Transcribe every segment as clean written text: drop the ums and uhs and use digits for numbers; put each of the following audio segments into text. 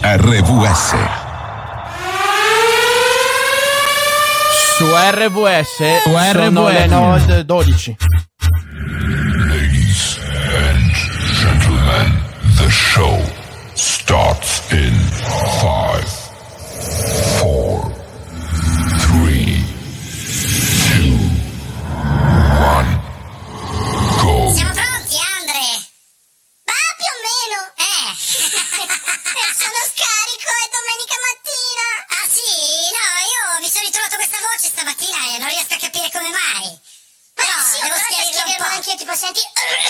RVS. Su RVS sono le 9:12. Ladies and gentlemen, the show starts in 5, 4, 3, 2, 1, go. Siamo pronti, Andre? Ma più o meno, sono scarico, è domenica mattina. Ah sì? No, io mi sono ritrovato questa voce stamattina e non riesco a capire come mai. Però sì, devo schiarirla un po'. Anch'io, tipo, senti...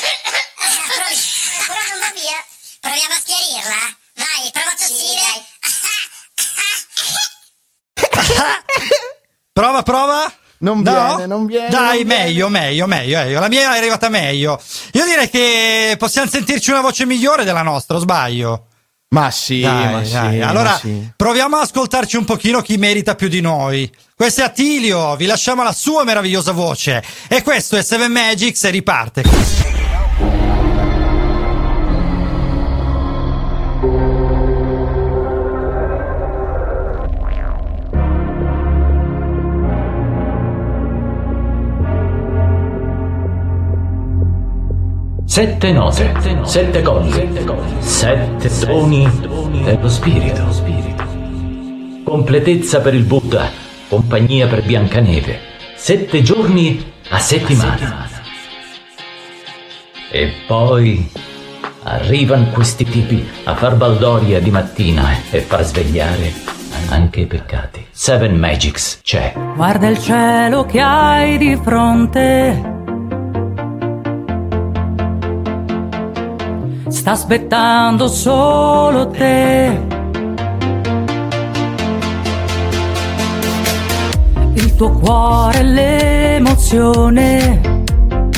però non va via. Proviamo a schiarirla? Vai, prova a tossire. Prova. Non viene. Dai, non meglio. La mia è arrivata meglio. Io direi che possiamo sentirci una voce migliore della nostra, o sbaglio? Ma sì, Dai. Allora, proviamo ad ascoltarci un pochino chi merita più di noi. Questo è Attilio, vi lasciamo la sua meravigliosa voce. E questo è Seven Magics e riparte. Sette note, sette cose, sette doni dello spirito. Completezza per il Buddha, compagnia per Biancaneve. 7 giorni a settimana. E poi arrivano questi tipi a far baldoria di mattina e far svegliare anche i peccati. Seven Magics c'è. Guarda il cielo che hai di fronte. Sta aspettando solo te. Il tuo cuore è l'emozione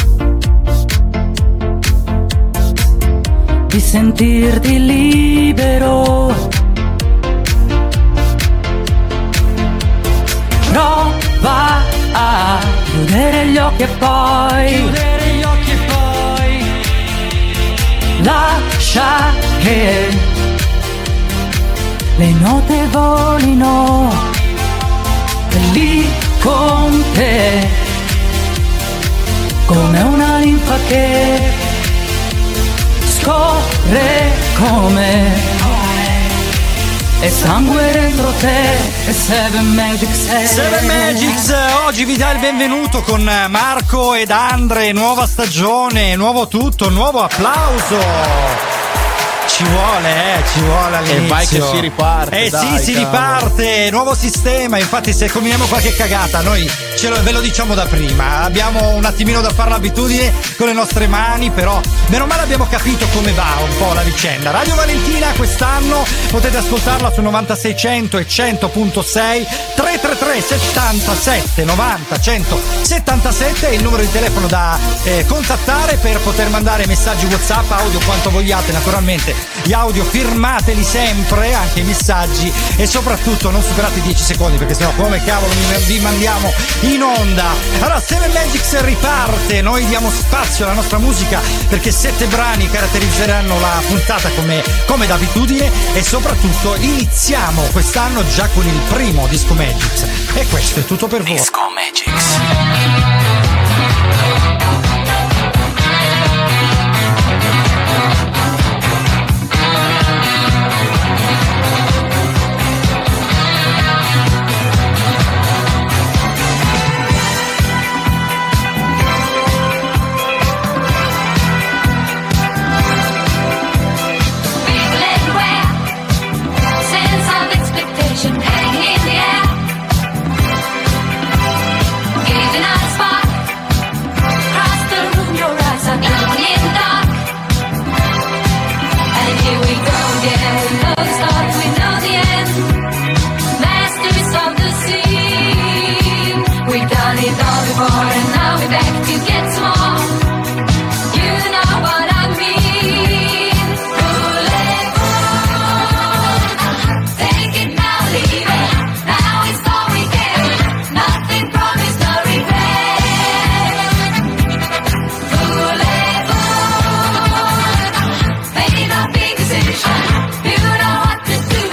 di sentirti libero. Prova a chiudere gli occhi e poi lascia che le note volino lì con te, come una linfa che scorre come e sangue dentro te. E Seven Magics Oggi vi dà il benvenuto con Marco ed Andre. Nuova stagione, nuovo tutto, nuovo applauso. Ci vuole all'inizio. E vai che si riparte. Si riparte, nuovo sistema. Infatti se combiniamo qualche cagata noi ve lo diciamo da prima. Abbiamo un attimino da fare l'abitudine con le nostre mani, però meno male abbiamo capito come va un po' la vicenda. Radio Valentina quest'anno potete ascoltarla su 9600 e 100.6. 333 77 90 177 è il numero di telefono da contattare per poter mandare messaggi WhatsApp, audio, quanto vogliate, naturalmente gli audio firmateli sempre, anche i messaggi, e soprattutto non superate i 10 secondi perché sennò come cavolo vi mandiamo in onda. Allora Seven Magics riparte, noi diamo spazio alla nostra musica perché 7 brani caratterizzeranno la puntata come d'abitudine, e soprattutto iniziamo quest'anno già con il primo Disco Magics, e questo è tutto per voi. Disco Magics. You know what to do.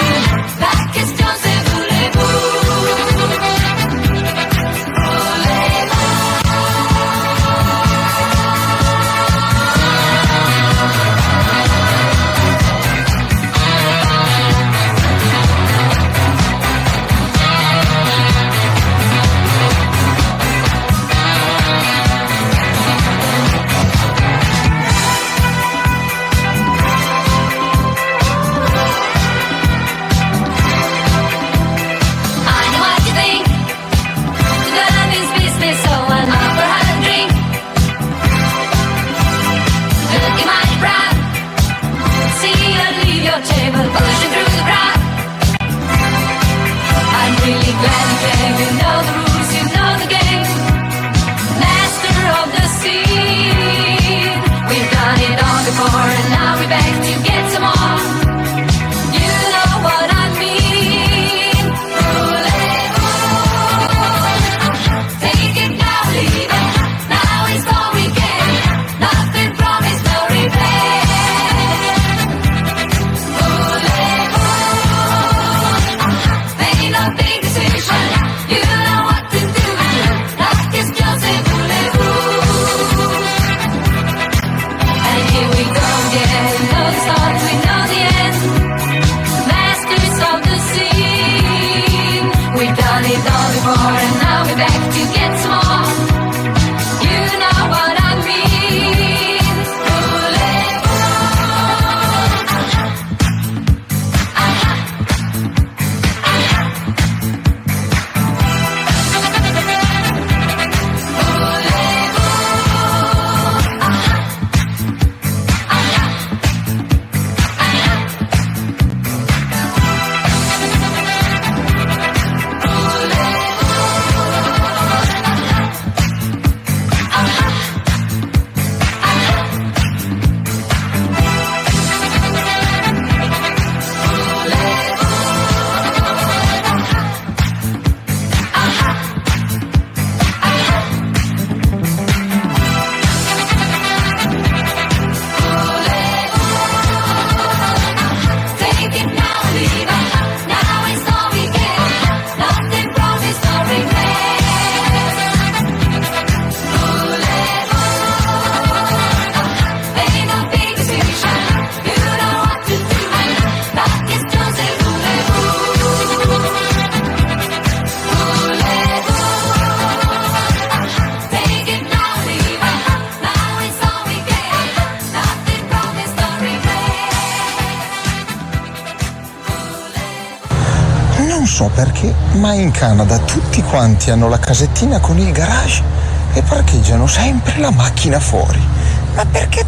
Non so perché, ma in Canada tutti quanti hanno la casettina con il garage e parcheggiano sempre la macchina fuori. Ma perché?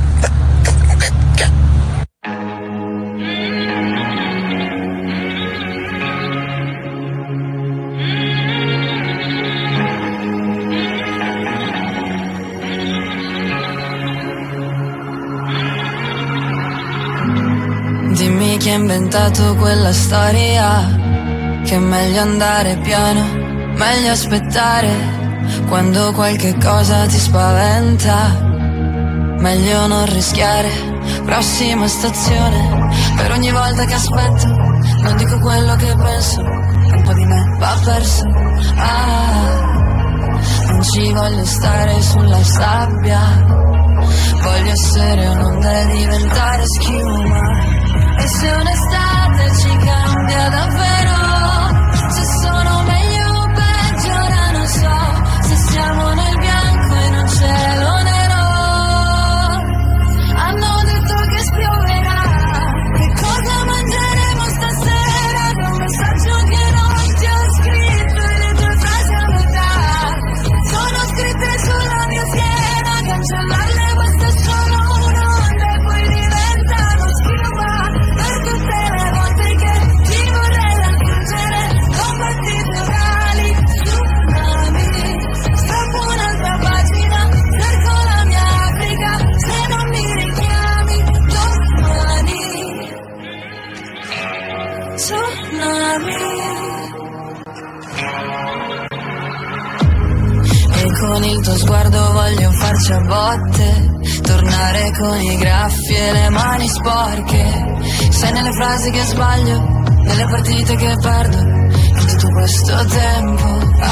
Dimmi chi ha inventato quella storia, che è meglio andare piano, meglio aspettare, quando qualche cosa ti spaventa, meglio non rischiare. Prossima stazione, per ogni volta che aspetto, non dico quello che penso, un po' di me va perso. Non ci voglio stare sulla sabbia, voglio essere un'onda e diventare schiuma. E se un'estate ci cambia davvero, se sono meglio o peggio ora non so, se siamo nel bianco in un cielo nero. Hanno detto che spioverà, che cosa mangeremo stasera, che un messaggio che non ti ho scritto e le tue frasi a metà sono scritte sulla mia schiena, cancellarle basta solo un'onda e poi diventano schiuma. Per tutte le volte che ti vorrei raggiungere, combattiti orali, tsunami. Strappo un'altra pagina, cerco la mia Africa, se non mi richiami domani. Tsunami. E con il tuo sguardo voglio farci a botte, tornare con i graffi e le mani sporche. Sei nelle frasi che sbaglio, nelle partite che perdo, in tutto questo tempo.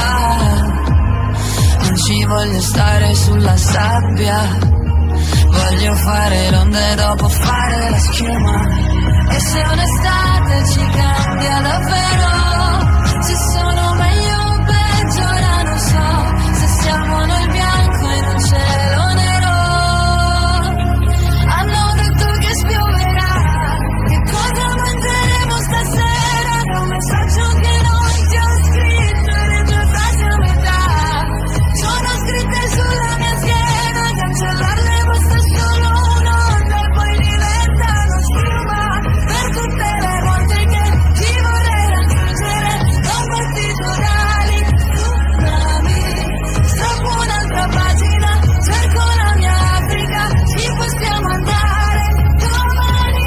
Non ci voglio stare sulla sabbia, voglio fare l'onda e dopo fare la schiuma. E se un'estate ci cambia davvero, se sono meglio o peggio ora non so, se siamo nel bianco in un cielo nero. Hanno detto che spioverà, che cosa mangeremo stasera, che un messaggio che non ti ho scritto e le tue frasi a metà sono scritte sulla mia schiena, cancellarle basta solo un'onda e poi diventano schiuma. Per tutte le volte che ti vorrei raggiungere, combattiti orali, tsunami. Strappo un'altra pagina, cerco la mia Africa, ci possiamo andare domani.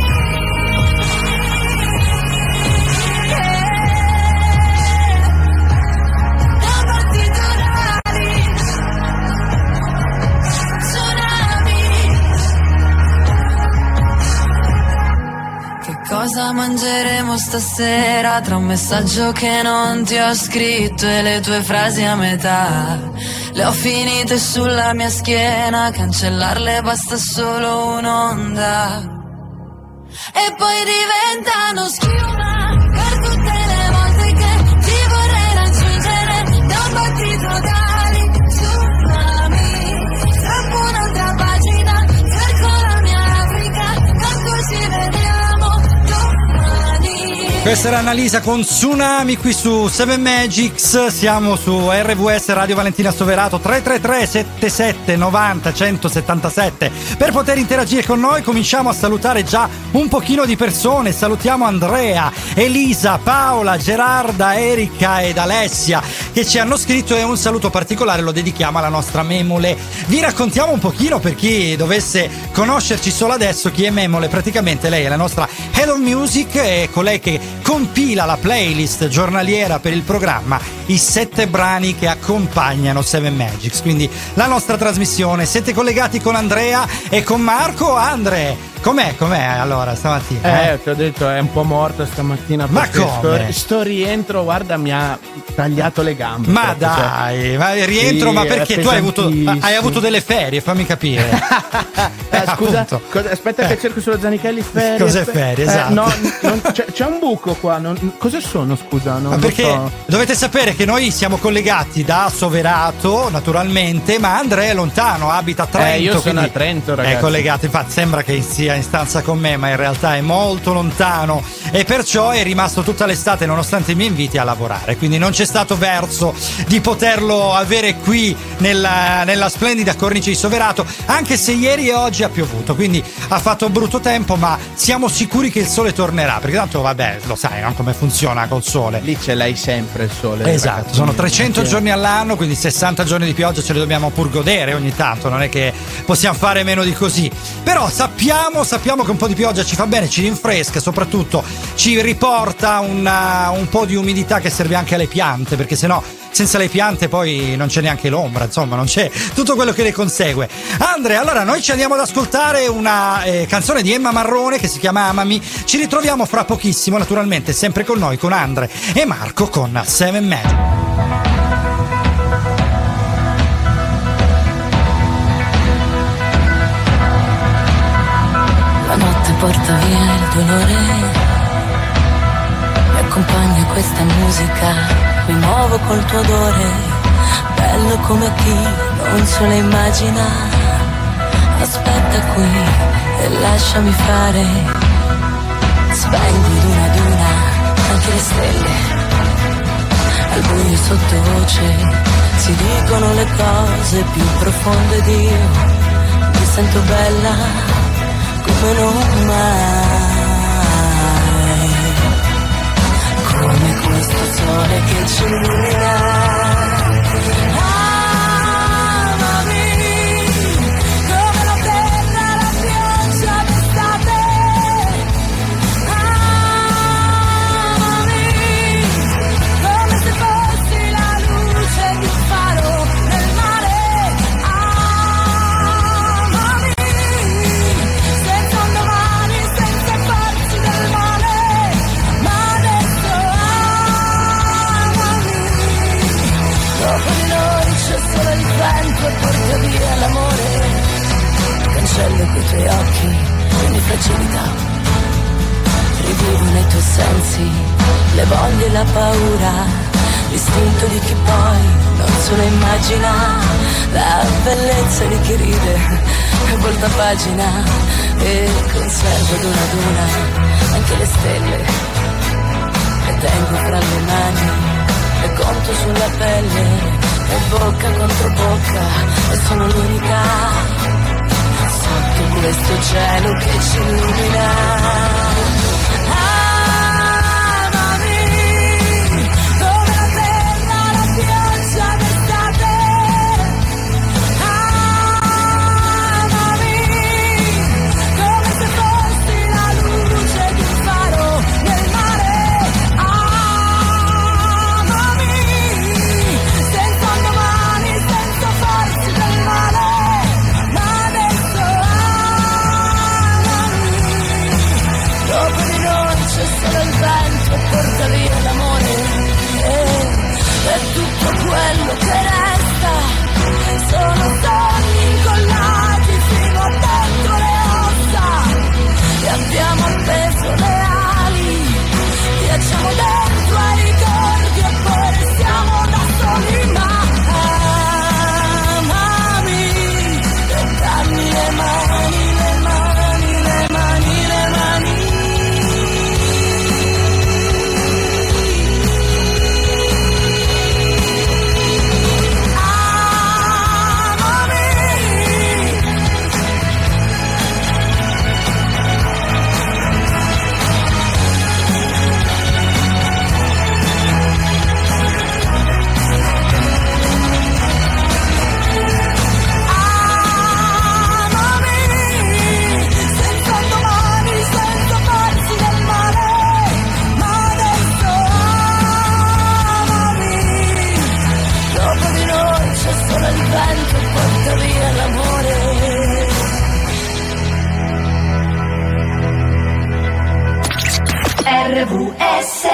Combattiti orali, tsunami. Che cosa mangeremo stasera, tra un messaggio che non ti ho scritto e le tue frasi a metà? Le ho finite sulla mia schiena, cancellarle basta solo un'onda e poi diventano schiuma. Per tutte le volte che ti vorrei raggiungere, da un battito d'ali, tsunami. Strappo un'altra pagina, cerco la mia Africa, tanto ci vediamo domani. Questa era Annalisa con Tsunami qui su 7 Magics. Siamo su RVS Radio Valentina Soverato, 333 77 90 177 per poter interagire con noi. Cominciamo a salutare già un pochino di persone. Salutiamo Andrea, Elisa, Paola, Gerarda, Erika ed Alessia che ci hanno scritto, e un saluto particolare lo dedichiamo alla nostra Memole. Vi raccontiamo un pochino, per chi dovesse conoscerci solo adesso, chi è Memole. Praticamente lei è la nostra Head of Music, è colei che compila la playlist giornaliera per il programma, i 7 brani che accompagnano 7 Magics, quindi la nostra trasmissione. Siete collegati con Andrea e con Marco. Andre, com'è allora stamattina? Ti ho detto, è un po' morto stamattina. Ma come? Sto rientro, guarda, mi ha tagliato le gambe. Ma dai, ma rientro, sì, ma perché tu hai avuto delle ferie, fammi capire. Scusa, aspetta che cerco sulla Zanichelli ferie. Cos'è ferie, esatto. No, c'è un buco qua. Cosa sono, scusa? Ma perché dovete sapere che noi siamo collegati da Soverato, naturalmente, ma Andrea è lontano, abita a Trento. Io sono a Trento, ragazzi. È collegato, infatti sembra che sia in stanza con me, ma in realtà è molto lontano e perciò è rimasto tutta l'estate, nonostante i miei inviti, a lavorare, quindi non c'è stato verso di poterlo avere qui nella splendida cornice di Soverato, anche se ieri e oggi ha piovuto, quindi ha fatto brutto tempo, ma siamo sicuri che il sole tornerà, perché tanto vabbè, lo sai, no? Come funziona col sole. Lì ce l'hai sempre il sole. Esatto, ragazzi. sono 300 giorni all'anno, quindi 60 giorni di pioggia ce li dobbiamo pur godere ogni tanto, non è che possiamo fare meno di così. Però sappiamo che un po' di pioggia ci fa bene, ci rinfresca, soprattutto ci riporta un po' di umidità che serve anche alle piante, perché sennò senza le piante poi non c'è neanche l'ombra, insomma non c'è tutto quello che ne consegue. Andre, allora noi ci andiamo ad ascoltare una canzone di Emma Marrone che si chiama Amami. Ci ritroviamo fra pochissimo, naturalmente sempre con noi, con Andre e Marco, con Seven Magic. La notte porta via il dolore, mi accompagna questa musica, mi muovo col tuo odore, bello come chi non se lo immagina. Aspetta qui e lasciami fare, spengo ad una anche le stelle, al buio sottovoce si dicono le cose più profonde ed io mi sento bella come non mai, come questo sole che ci illumina. Porta via l'amore, cancello coi tuoi occhi ogni fragilità, rivivo nei tuoi sensi le voglie e la paura, l'istinto di chi poi non se lo immagina, la bellezza di chi ride e volta pagina, e conservo ad una anche le stelle, e tengo fra le mani e conto sulla pelle, e bocca contro bocca, e sono l'unica sotto questo cielo che ci illumina. Porta via l'amore, e tutto quello che resta sono sogni incollati fino a dentro le ossa, e abbiamo appeso le ali, viaggiamo dentro ai ricordi e poi restiamo da soli, ma amami, e dammi le mani, le mani, le mani, le mani. RVS.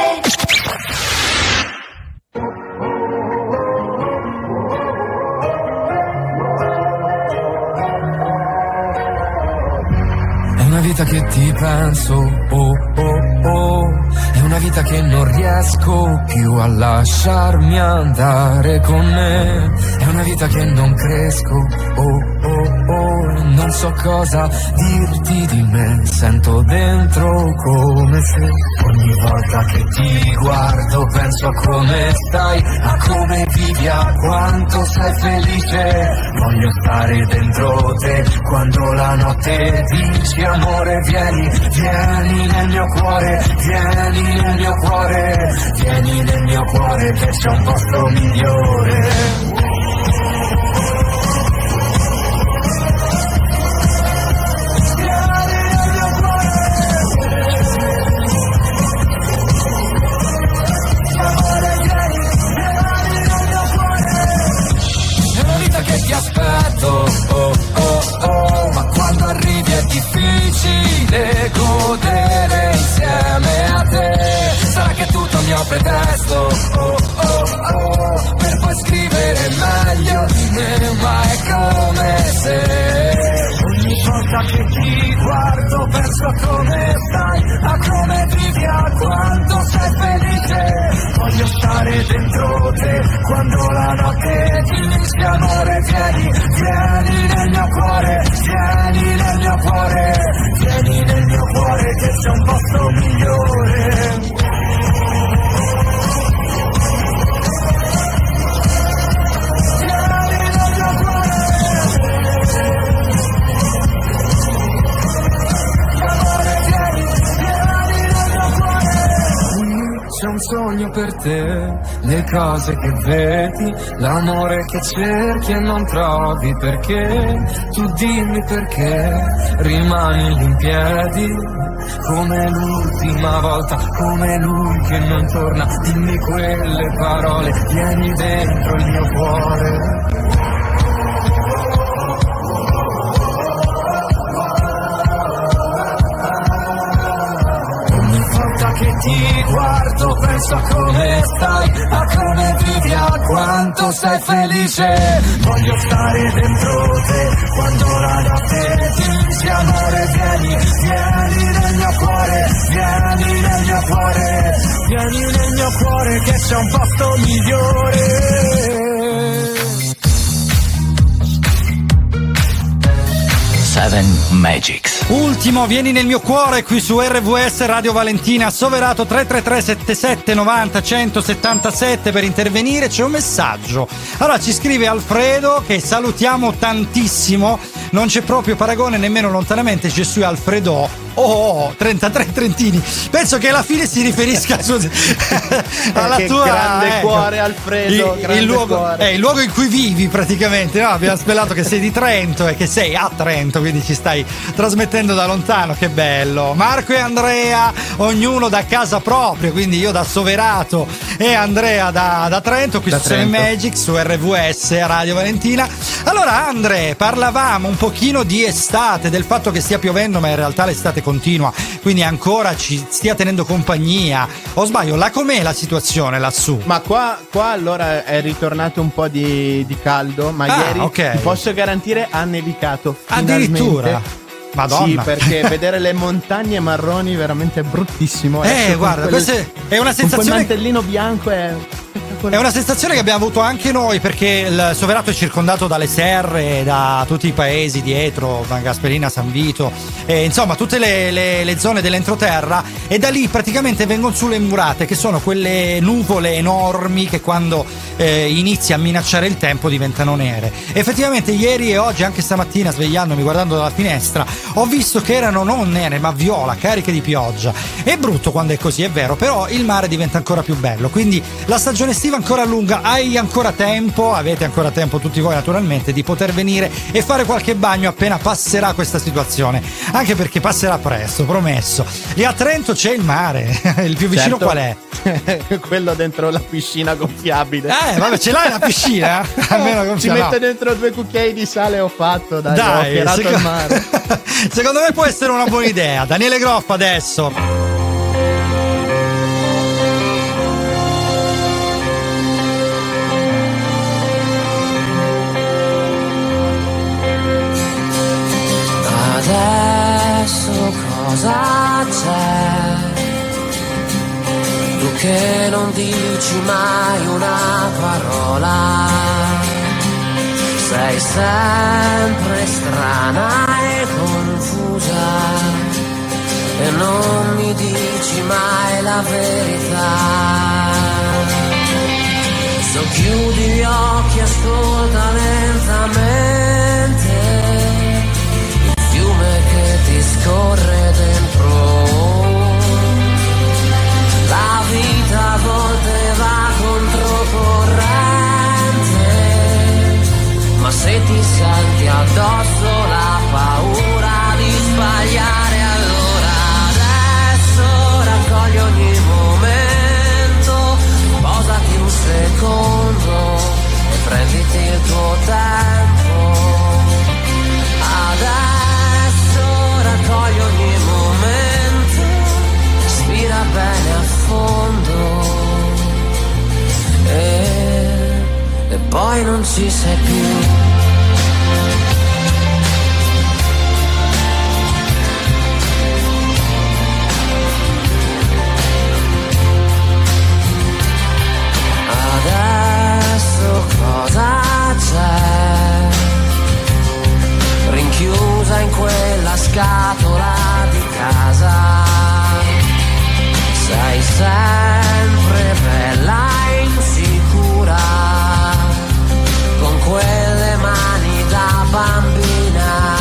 È una vita che ti penso, oh oh oh, è una vita vita che non riesco più a lasciarmi andare con me. È una vita che non cresco, non so cosa dirti di me. Sento dentro come se ogni volta che ti guardo penso a come stai, a come vivi, a quanto sei felice. Voglio stare dentro te quando la notte dici amore vieni, vieni nel mio cuore, vieni nel mio cuore, vieni nel mio cuore che c'è un posto migliore. Che ti aspetto, ma quando arrivi è difficile godere insieme a te. Sarà che tutto mio pretesto, per poi scrivere meglio di me, ma è come se ogni volta che ti guardo penso a come stai, a come vivi, a quanto sei felice. Voglio stare dentro te quando la notte dici amore vieni, vieni nel mio cuore, vieni nel mio cuore, vieni nel mio cuore che c'è un posto migliore. C'è un sogno per te, le cose che vedi, l'amore che cerchi e non trovi perché. Tu dimmi perché rimani lì in piedi, come l'ultima volta, come lui che non torna. Dimmi quelle parole, vieni dentro il mio cuore. Che ti guardo penso a come stai, a come vivi, a quanto sei felice. Voglio stare dentro te quando la notte dici amore vieni, vieni nel mio cuore, vieni nel mio cuore, vieni nel mio cuore che c'è un posto migliore. Seven Magics. Ultimo, vieni nel mio cuore qui su RVS Radio Valentina. Soverato 333 77 90 177 per intervenire. C'è un messaggio. Allora ci scrive Alfredo, che salutiamo tantissimo. Non c'è proprio paragone nemmeno lontanamente. C'è su Alfredo. 33 trentini. Penso che alla fine si riferisca alla tua grande cuore, Alfredo. Il luogo in cui vivi praticamente. No, abbiamo spiegato che sei di Trento e che sei a Trento, quindi ci stai trasmettendo da lontano. Che bello. Marco e Andrea, ognuno da casa propria, quindi io da Soverato e Andrea da Trento, qui da su Seven Magic, su RVS Radio Valentina. Allora Andre, parlavamo un pochino di estate, del fatto che stia piovendo, ma in realtà l'estate continua, quindi ancora ci stia tenendo compagnia. O sbaglio? Com'è la situazione lassù? Ma qua allora è ritornato un po' di caldo, ma ieri ti posso garantire ha nevicato finalmente. Addirittura? Madonna. Sì, perché vedere le montagne marroni veramente è bruttissimo. Guarda, questa è una sensazione. Con quel mantellino bianco è una sensazione che abbiamo avuto anche noi, perché il Soverato è circondato dalle serre, da tutti i paesi dietro, San Gasperina, San Vito, insomma tutte le zone dell'entroterra, e da lì praticamente vengono sulle murate, che sono quelle nuvole enormi che quando inizia a minacciare il tempo diventano nere. Effettivamente ieri e oggi, anche stamattina, svegliandomi, guardando dalla finestra, ho visto che erano non nere ma viola, cariche di pioggia. È brutto quando è così, è vero, però il mare diventa ancora più bello, quindi la stagione estiva ancora lunga. Avete ancora tempo tutti voi naturalmente di poter venire e fare qualche bagno appena passerà questa situazione, anche perché passerà presto, promesso. Lì a Trento c'è il mare. Il più vicino qual è? Quello dentro la piscina gonfiabile. Vabbè, ce l'hai la piscina? Almeno gonfia, ci mette dentro 2 cucchiai di sale, ho fatto, ho tirato il mare. Secondo me può essere una buona idea. Daniele Groff adesso. Adesso cosa c'è Tu che non dici mai una parola, sei sempre strana e confusa e non mi dici mai la verità. Socchiudi gli occhi, ascolta lentamente il fiume che ti scorre dentro. La vita a volte va controcorrente, ma se ti senti addosso la paura di sbagliare, allora adesso raccogli ogni momento, posati un secondo e prenditi il tuo tempo. Adesso raccogli ogni momento, respira bene a fondo e poi non ci sei più. Adesso cosa c'è? Rinchiusa in quella scatola di casa, sei sempre bella e insicura, con quelle mani da bambina.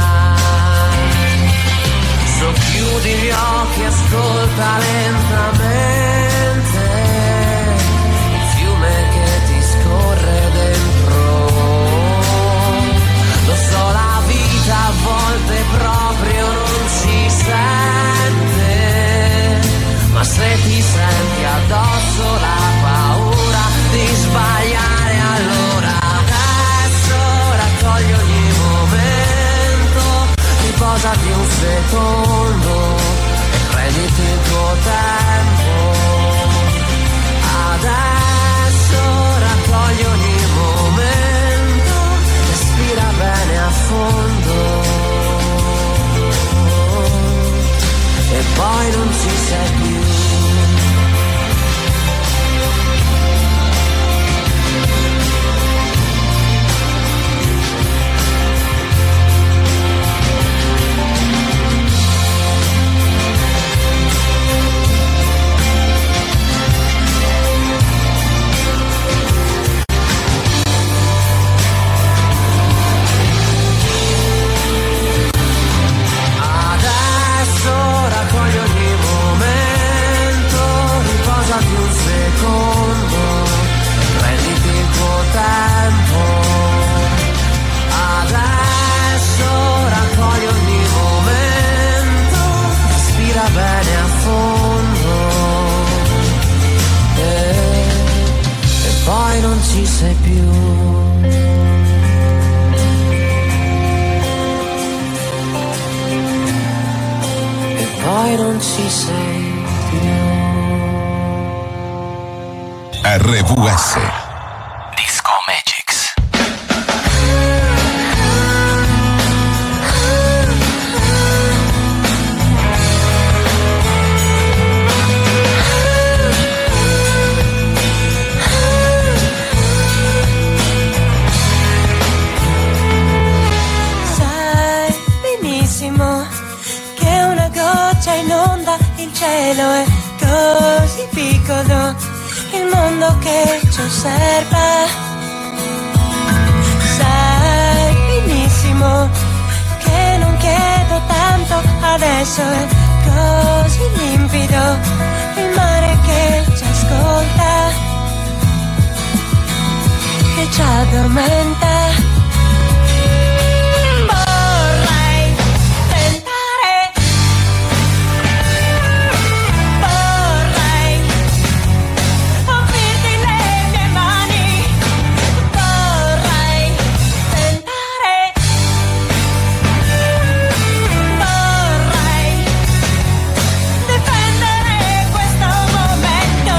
Socchiudi gli occhi, ascolta lentamente il fiume che ti scorre dentro. Lo so, la vita a volte proprio non ci sente, ma se ti senti addosso la paura di sbagliare, allora adesso raccogli ogni momento, riposati un secondo e prenditi il tuo tempo. Adesso raccogli ogni momento, respira bene a fondo e poi non ci sei più. Ci sei più. E poi non ci sei più. RVS Disco Magix. cielo è così piccolo, il mondo che ci osserva. Sai benissimo che non chiedo tanto, adesso è così limpido, il mare che ci ascolta, che ci addormenta. Difendere questo momento.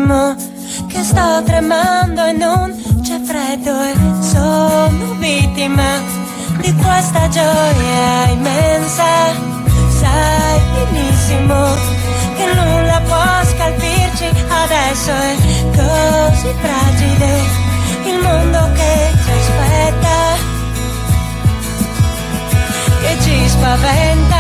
benissimo che sto tremando e non c'è freddo e sono vittima di questa gioia immensa. Sai benissimo che nulla può scalfirci, adesso è così fragile il mondo che ci aspetta, che ci spaventa.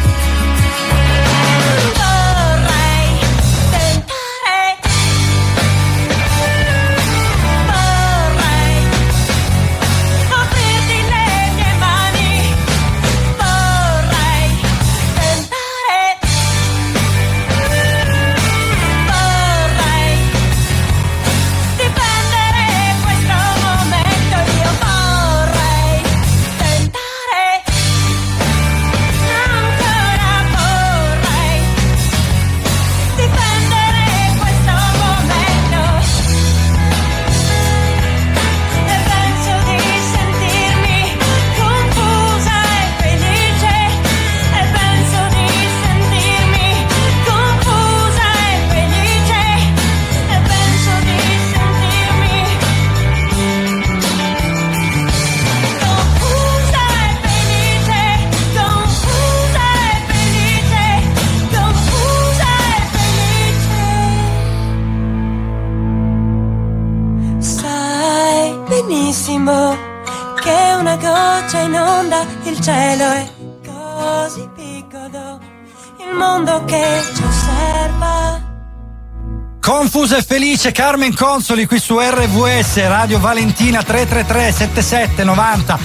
Che una goccia inonda il cielo è così piccolo il mondo che ci osserva. Confusa e felice Carmen Consoli qui su RVS Radio Valentina. 333 77 90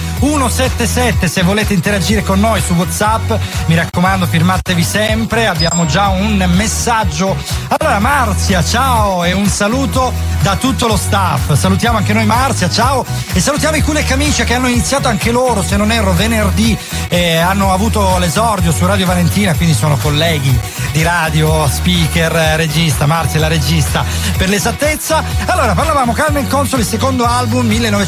177 se volete interagire con noi su WhatsApp, mi raccomando firmatevi sempre. Abbiamo già un messaggio. Allora Marzia, ciao, e un saluto da tutto lo staff. Salutiamo anche noi Marzia, ciao, e salutiamo i Cool Camicia che hanno iniziato anche loro, se non erro venerdì, hanno avuto l'esordio su Radio Valentina, quindi sono colleghi di radio, speaker, regista, Marzia è la regista per l'esattezza. Allora parlavamo Carmen Consoli, secondo album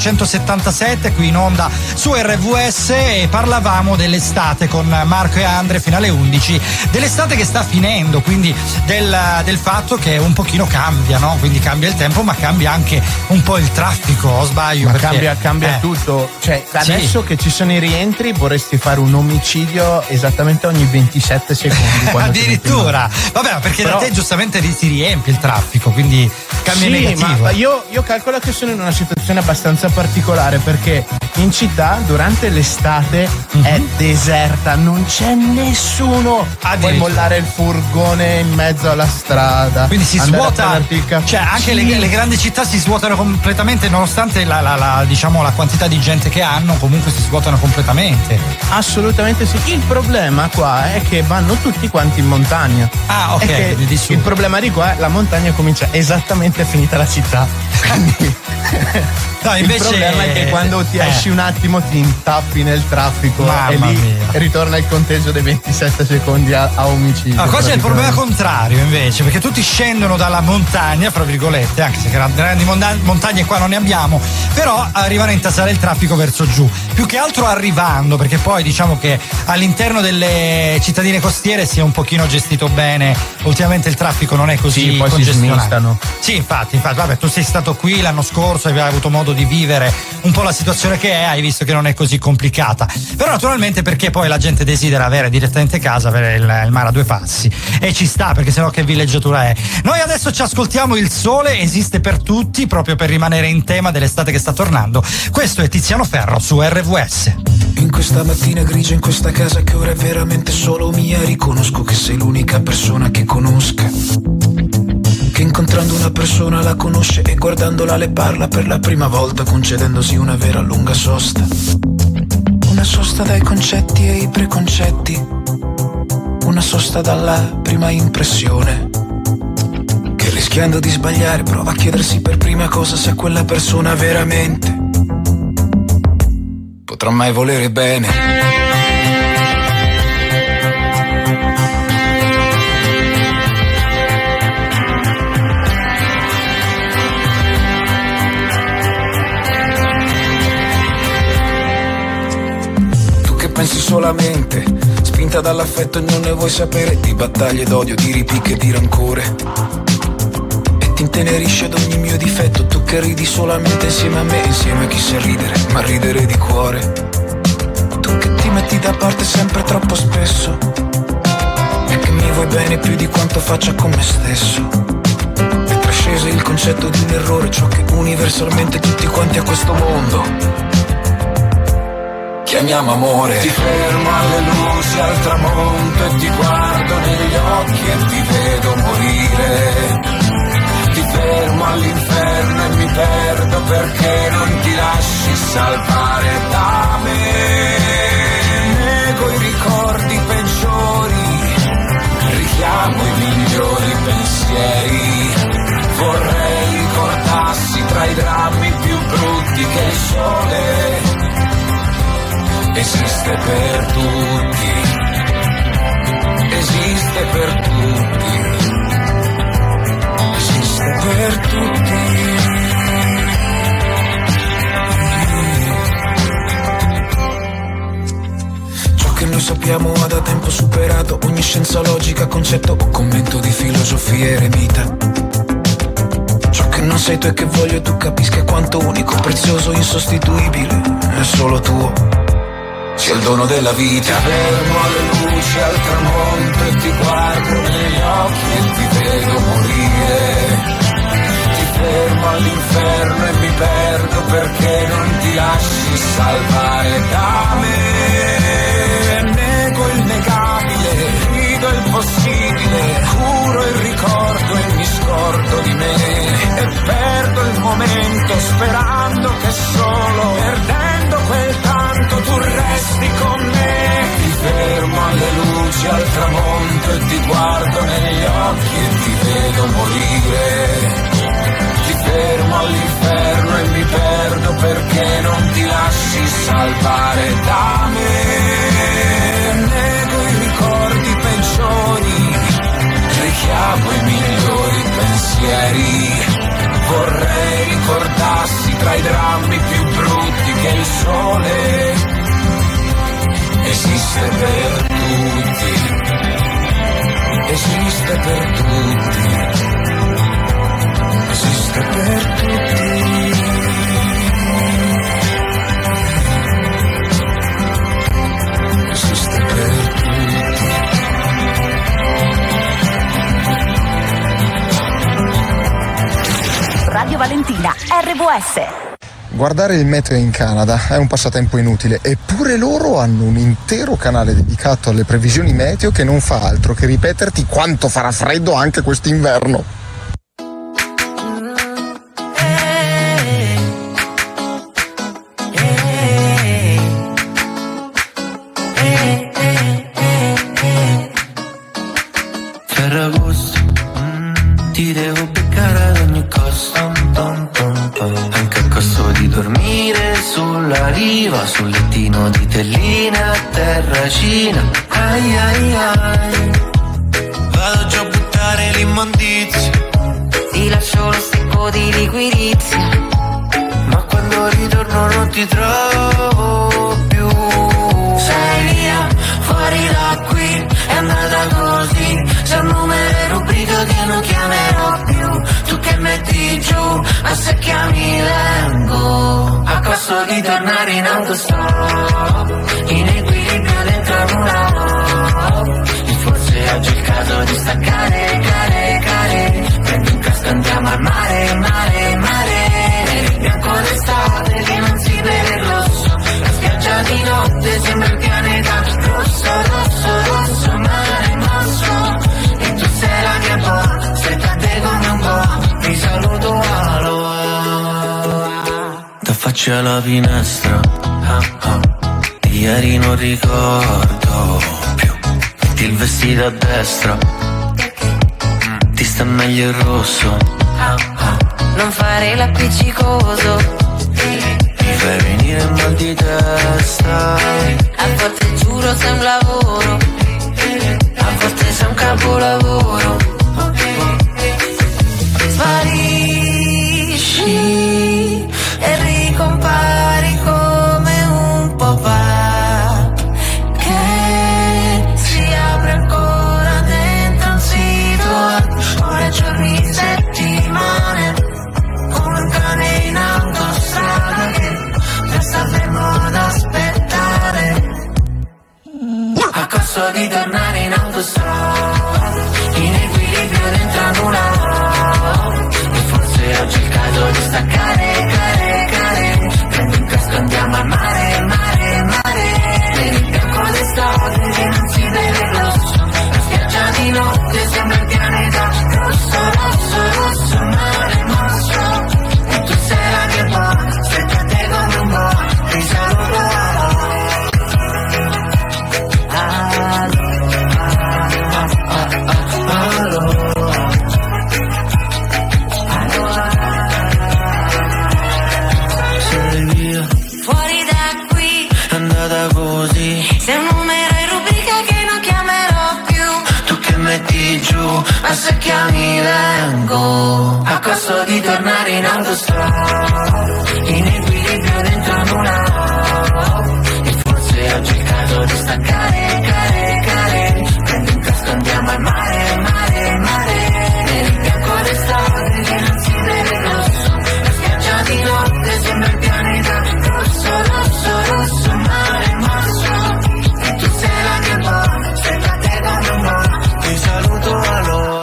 1977 qui in onda su RVS, e parlavamo dell'estate con Marco e Andre fino alle 11, dell'estate che sta finendo, quindi del fatto che un pochino cambia, no? Quindi cambia il tempo ma cambia anche un po' il traffico, o sbaglio? Ma perché, cambia tutto, cioè adesso che ci sono i rientri vorresti fare un omicidio esattamente ogni 27 secondi addirittura, vabbè, perché però da te giustamente si riempie il traffico, quindi cambia negativo. Ma io calcolo che sono in una situazione abbastanza particolare, perché in città durante l'estate è deserta, non c'è nessuno, puoi mollare il furgone in mezzo alla strada, quindi si svuota, cioè anche le grandi città si svuotano completamente, nonostante diciamo la quantità di gente che hanno, comunque si svuotano completamente. Assolutamente sì. Il problema qua è che vanno tutti quanti in montagna. Ah, ok. Il problema di qua è la montagna comincia esattamente finita la città. Quindi no, invece il problema è che quando ti esci un attimo ti intappi nel traffico, e lì ritorna il conteggio dei 27 secondi a omicidio. Qua c'è il problema contrario invece, perché tutti scendono dalla montagna, fra virgolette, anche se grandi montagne qua non ne abbiamo, però arrivano a intasare il traffico verso giù, più che altro arrivando, perché poi diciamo che all'interno delle cittadine costiere si è un pochino gestito bene, ultimamente il traffico non è così poi congestionato. Si smistano. Sì, infatti, vabbè, tu sei stato qui l'anno scorso, hai avuto modo di vivere un po' la situazione che è, hai visto che non è così complicata, però naturalmente perché poi la gente desidera avere direttamente casa, avere il mare a due passi, e ci sta, perché sennò che villeggiatura è. Noi adesso ci ascoltiamo Il Sole esiste per tutti, proprio per rimanere in tema dell'estate che sta tornando. Questo è Tiziano Ferro su RVS. In questa mattina grigia, in questa casa che ora è veramente solo mia, riconosco che sei l'unica persona che conosca, che incontrando una persona la conosce e guardandola le parla per la prima volta, concedendosi una vera lunga sosta. Una sosta dai concetti e i preconcetti, una sosta dalla prima impressione, che rischiando di sbagliare prova a chiedersi per prima cosa se quella persona veramente potrà mai volere bene. Pensi solamente, spinta dall'affetto e non ne vuoi sapere, di battaglie d'odio, di ripicche e di rancore, e ti intenerisci ad ogni mio difetto. Tu che ridi solamente insieme a me, insieme a chi sa ridere, ma ridere di cuore. Tu che ti metti da parte sempre troppo spesso e che mi vuoi bene più di quanto faccia con me stesso. È trasceso il concetto di un errore, ciò che universalmente tutti quanti a questo mondo chiamiamo amore. Ti fermo alle luci al tramonto e ti guardo negli occhi e ti vedo morire. Ti fermo all'inferno e mi perdo perché non ti lasci salvare da me. Nego i ricordi peggiori, richiamo i migliori pensieri. Vorrei ricordassi tra i drammi più brutti che il sole esiste per tutti, esiste per tutti, esiste per tutti. Ciò che noi sappiamo ha da tempo superato ogni scienza logica, concetto o commento di filosofia eremita. Ciò che non sei tu e che voglio tu capisca quanto unico, prezioso, insostituibile è solo tuo. C'è il dono della vita. Ti fermo alle luci al tramonto e ti guardo negli occhi e ti vedo morire. Ti fermo all'inferno e mi perdo perché non ti lasci salvare da me. Nego il negabile, grido il possibile, curo il ricordo e mi scordo di me. E perdo il momento sperando che solo perdendo quel tanto tu resti con me. Ti fermo alle luci al tramonto e ti guardo negli occhi e ti vedo morire. Ti fermo all'inferno e mi perdo perché non ti lasci salvare da me. Nego i ricordi peggiori, richiamo i migliori pensieri. Vorrei ricordassi tra i drammi più brutti che il sole esiste per tutti, esiste per tutti, esiste per tutti. Esiste per tutti. Radio Valentina, RVS. Guardare il meteo in Canada è un passatempo inutile, eppure loro hanno un intero canale dedicato alle previsioni meteo che non fa altro che ripeterti quanto farà freddo anche quest'inverno. Ferragosto, ti devo beccare ad ogni costo, anche a costo di dormire sulla riva, sul lettino di telline a terracina. Ai ai ai, vado già a buttare l'immondizia, ti lascio lo stecco di liquirizia, ma quando ritorno non ti trovo più. Sei via, fuori da qui, è andata così, c'è un numero e rubrica che non chiamerò più. Tu che metti giù, ma se chiami vengo, a costo di tornare in autostop, in equilibrio dentro una moto. E forse oggi è il caso di staccare, prendi un casco, andiamo al mare, nero e bianco d'estate che non si vede il rosso, la spiaggia di notte sembra il pianeta rosso, mare mosso, e tu sei la mia boa, strettante come un boa, ti saluto aloha. Da faccia alla finestra, di ieri non ricordo più, metti il vestito a destra, ti sta meglio il rosso, non fare l'appiccicoso, mi fai venire il mal di testa, a volte giuro sei un lavoro, a volte sei un capolavoro. Sparisci e ricompari come un pop-up che si apre ancora dentro un sito, ore, giorni, settimane. in autostrada, in equilibrio dentro a una. E forse oggi è il caso di staccare, prendo un casco, andiamo al mare, nel bianco d'estate che non si vede grosso, la spiaggia di notte sembra il pianeta rosso, mare mosso, e tu sei la che buona, stretta a te come un buono, ti saluto. Fuori da qui, Andata così, sei un numero in rubrica che non chiamerò più. tu che metti giù, ma se chiami vengo, a costo di tornare in autostrada, in equilibrio dentro a una. E forse oggi è il caso di staccare, prendo un casco, andiamo al mare, nel bianco d'estate che non si vede grosso, la spiaggia di notte sembra il pianeta rosso, mare mosso, e tu sei la mia buona, stretta a te come un buono, ti saluto allora.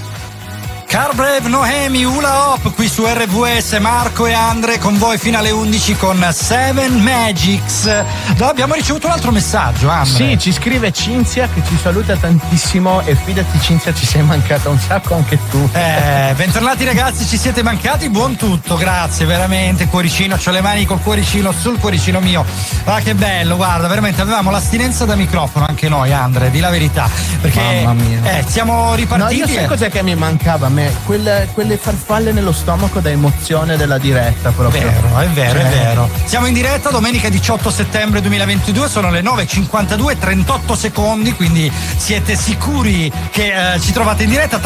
Carbrave, Noemi, Hula Hop qui su RVS. Marco e Andre con voi fino alle 11 con Seven Magics. Abbiamo ricevuto un altro messaggio, Andre. Sì, ci scrive Cinzia che ci saluta tantissimo e fidati Cinzia, ci sei mancata un sacco anche tu. Bentornati ragazzi, ci siete mancati, buon tutto, grazie veramente, cuoricino, c'ho le mani col cuoricino sul cuoricino mio. Ah, che bello, guarda, veramente avevamo l'astinenza da microfono anche noi, Andre, di la verità, perché mamma mia. siamo ripartiti. No, io sai cos'è che mi mancava a me? Quelle farfalle nello stomaco da emozione della diretta proprio. È vero. Siamo in diretta domenica 18 settembre 2022, sono le 9:52, 38 secondi, quindi siete sicuri che ci trovate in diretta.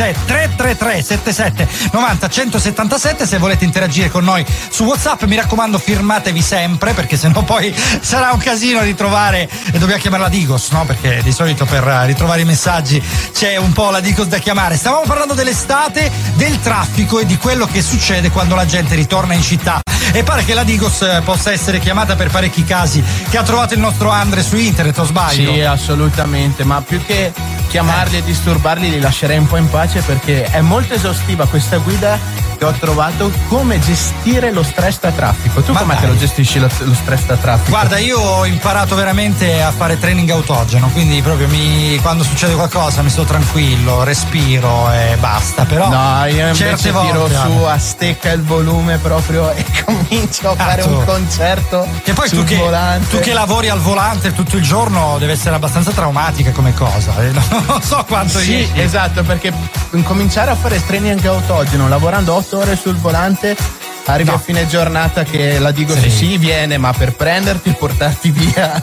333 77 90 177 se volete interagire con noi su WhatsApp. Mi raccomando, firmatevi sempre, perché sennò poi sarà un casino ritrovare, e dobbiamo chiamare la Digos, no? Perché di solito per ritrovare i messaggi c'è un po' la Digos da chiamare. Stavamo parlando dell'estate, del traffico e di quello che succede quando la gente ritorna in città, e pare che la Digos possa essere chiamata per parecchi casi che ha trovato il nostro Andre su internet, o sbaglio? Sì, assolutamente, ma più che chiamarli e disturbarli li lascerei un po' in pace, perché è molto esaustiva questa guida che ho trovato, come gestire lo stress da traffico. Tu com'è che lo gestisci lo stress da traffico? Guarda, io ho imparato veramente a fare training autogeno, quindi proprio quando succede qualcosa mi sto tranquillo, respiro e basta. Però no, io invece tiro su a stecca il volume proprio e comincio a fare un concerto e poi sul volante. Tu che lavori al volante tutto il giorno deve essere abbastanza traumatica come cosa, non so quanto sì, esatto, perché cominciare a fare training autogeno lavorando 8 ore sul volante, arrivi a fine giornata che la dico sì viene, ma per prenderti e portarti via.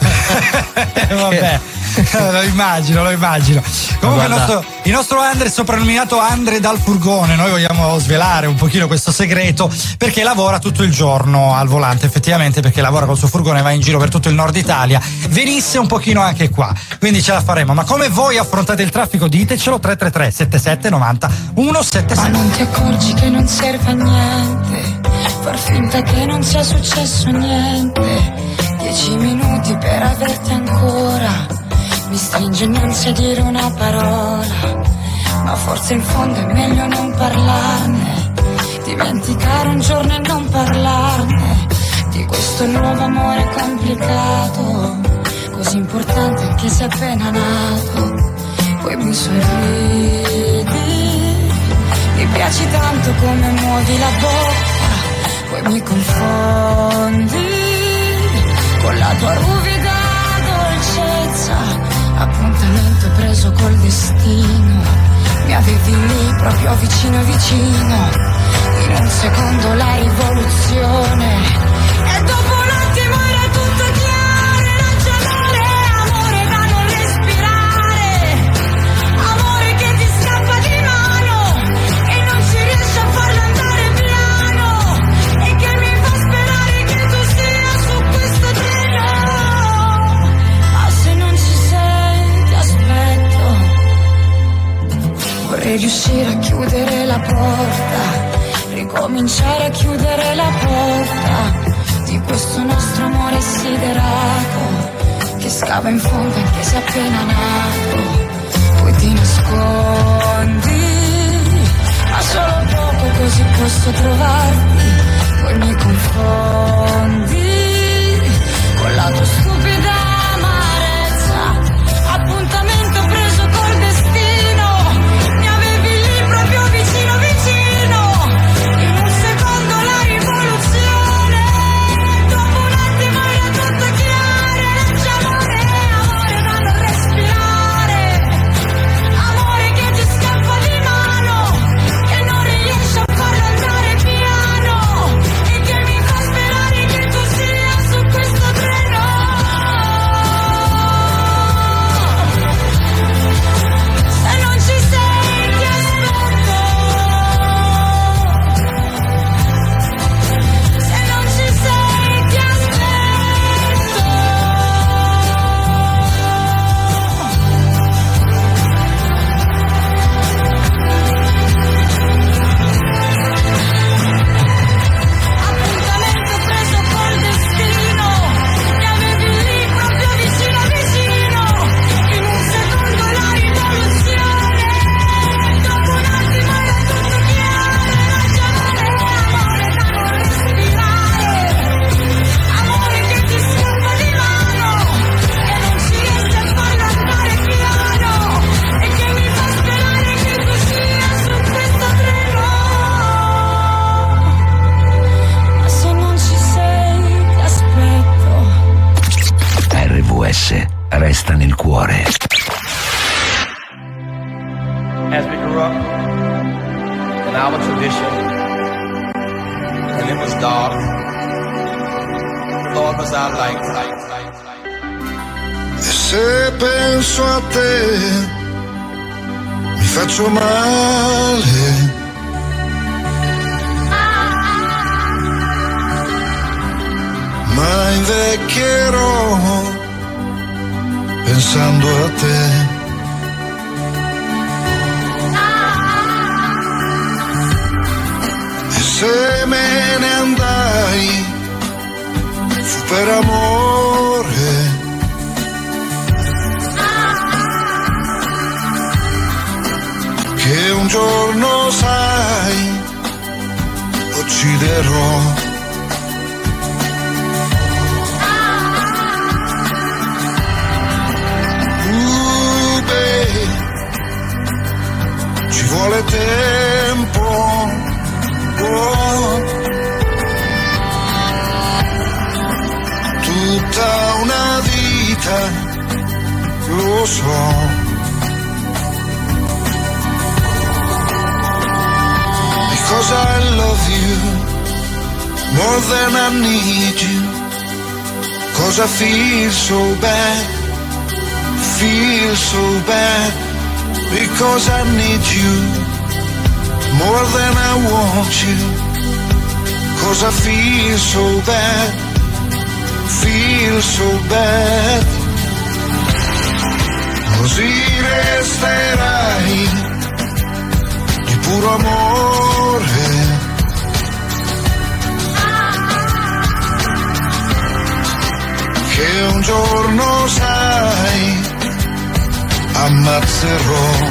Vabbè, lo immagino. Comunque il nostro Andre è soprannominato Andre dal furgone. Noi vogliamo svelare un pochino questo segreto, perché lavora tutto il giorno al volante, effettivamente, perché lavora col suo furgone, va in giro per tutto il nord Italia. Venisse un pochino anche qua, quindi ce la faremo. Ma come voi affrontate il traffico? Ditecelo. 333 77 90 177. Ma non ti accorgi che non serve a niente far finta che non sia successo niente. 10 minuti per averti ancora, mi stringe non sai dire una parola, ma forse in fondo è meglio non parlarne, dimenticare un giorno e non parlarne di questo nuovo amore complicato, così importante anche se appena nato. Poi mi sorridi, mi piaci tanto come muovi la bocca, poi mi confondi con la tua ruvida dolcezza. Appuntamento preso col destino, mi avevi lì proprio vicino vicino, in un secondo la rivoluzione, e dopo un attimo era tutto chiaro. Era amore da non respirare, amore che ti scappa di mano e non si riesce a farlo andare piano, e che mi fa sperare che tu sia su questo treno. Ma se non ci sei ti aspetto, vorrei riuscire a chiudere la porta, ricominciare a chiudere la porta di questo nostro amore siderato che scava in fondo anche se appena nato. Poi ti nascondi, ma solo poco così posso trovarti. Poi mi confondi con la tua stupida amarezza. Appuntamento preso col destino, mi avevi lì proprio vicino vicino. In un secondo la rivoluzione, dopo un attimo era tutto chiaro. Amore, amore da non respirare, amore che ti scappa di mano, che non riesci a farlo andare piano, e che mi fa sperare che tu sia su questo treno. Se non ci sei ti aspetto, se non ci sei ti aspetto. Appuntamento preso col destino, mi avevi lì proprio vicino vicino. In un secondo la rivoluzione, dopo un attimo era tutto chiaro. Amore da non respirare, amore che ti scappa di mano, e non ci riesci a farlo andare piano, e che mi fa sperare che tu sia su questo treno. Ma se non ci sei ti aspetto. RVS resta nel cuore. As we grew up, in our tradition, and it was dark, the Lord was our light. E se penso a te mi faccio male, ma invecchierò pensando a te. E se me ne andai fu per amore, che un giorno sai ucciderò. Babe, ci vuole tempo, oh, tutta una vita, lo so. Because I love you more than I need you. Cause I feel so bad, feel so bad. Because I need you more than I want you. Cause I feel so bad, feel so bad. Così resterai di puro amore, che un giorno sai ammazzerò.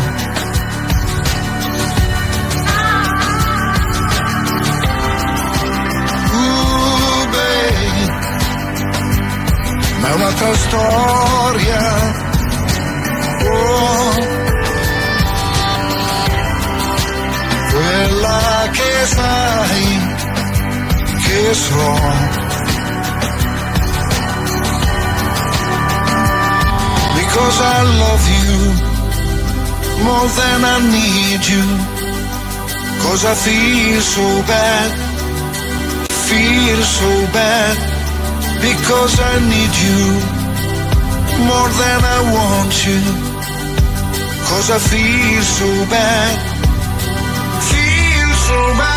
Babe, ma è un'altra storia, oh, quella che sai che so. Because I love you more than I need you. Cause I feel so bad, feel so bad. Because I need you more than I want you. Cause I feel so bad, feel so bad.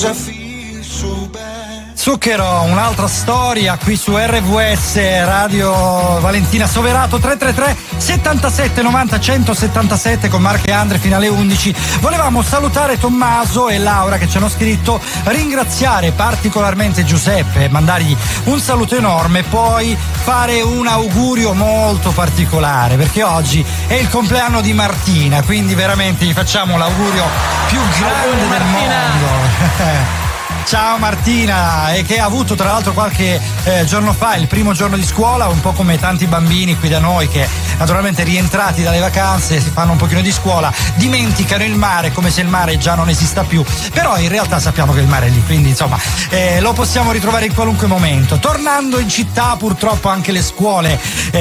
cosa fisso bene. Zucchero, un'altra storia qui su RVS Radio Valentina Soverato. 333 77 90 177 con Marco e Andre fino alle 11. Volevamo salutare Tommaso e Laura che ci hanno scritto, ringraziare particolarmente Giuseppe, mandargli un saluto enorme, poi fare un augurio molto particolare perché oggi è il compleanno di Martina, quindi veramente gli facciamo l'augurio più grande del mondo. Ciao Martina, e che ha avuto tra l'altro qualche giorno fa il primo giorno di scuola, un po' come tanti bambini qui da noi che naturalmente rientrati dalle vacanze si fanno un pochino di scuola, dimenticano il mare come se il mare già non esista più, però in realtà sappiamo che il mare è lì, quindi insomma lo possiamo ritrovare in qualunque momento. Tornando in città, purtroppo anche le scuole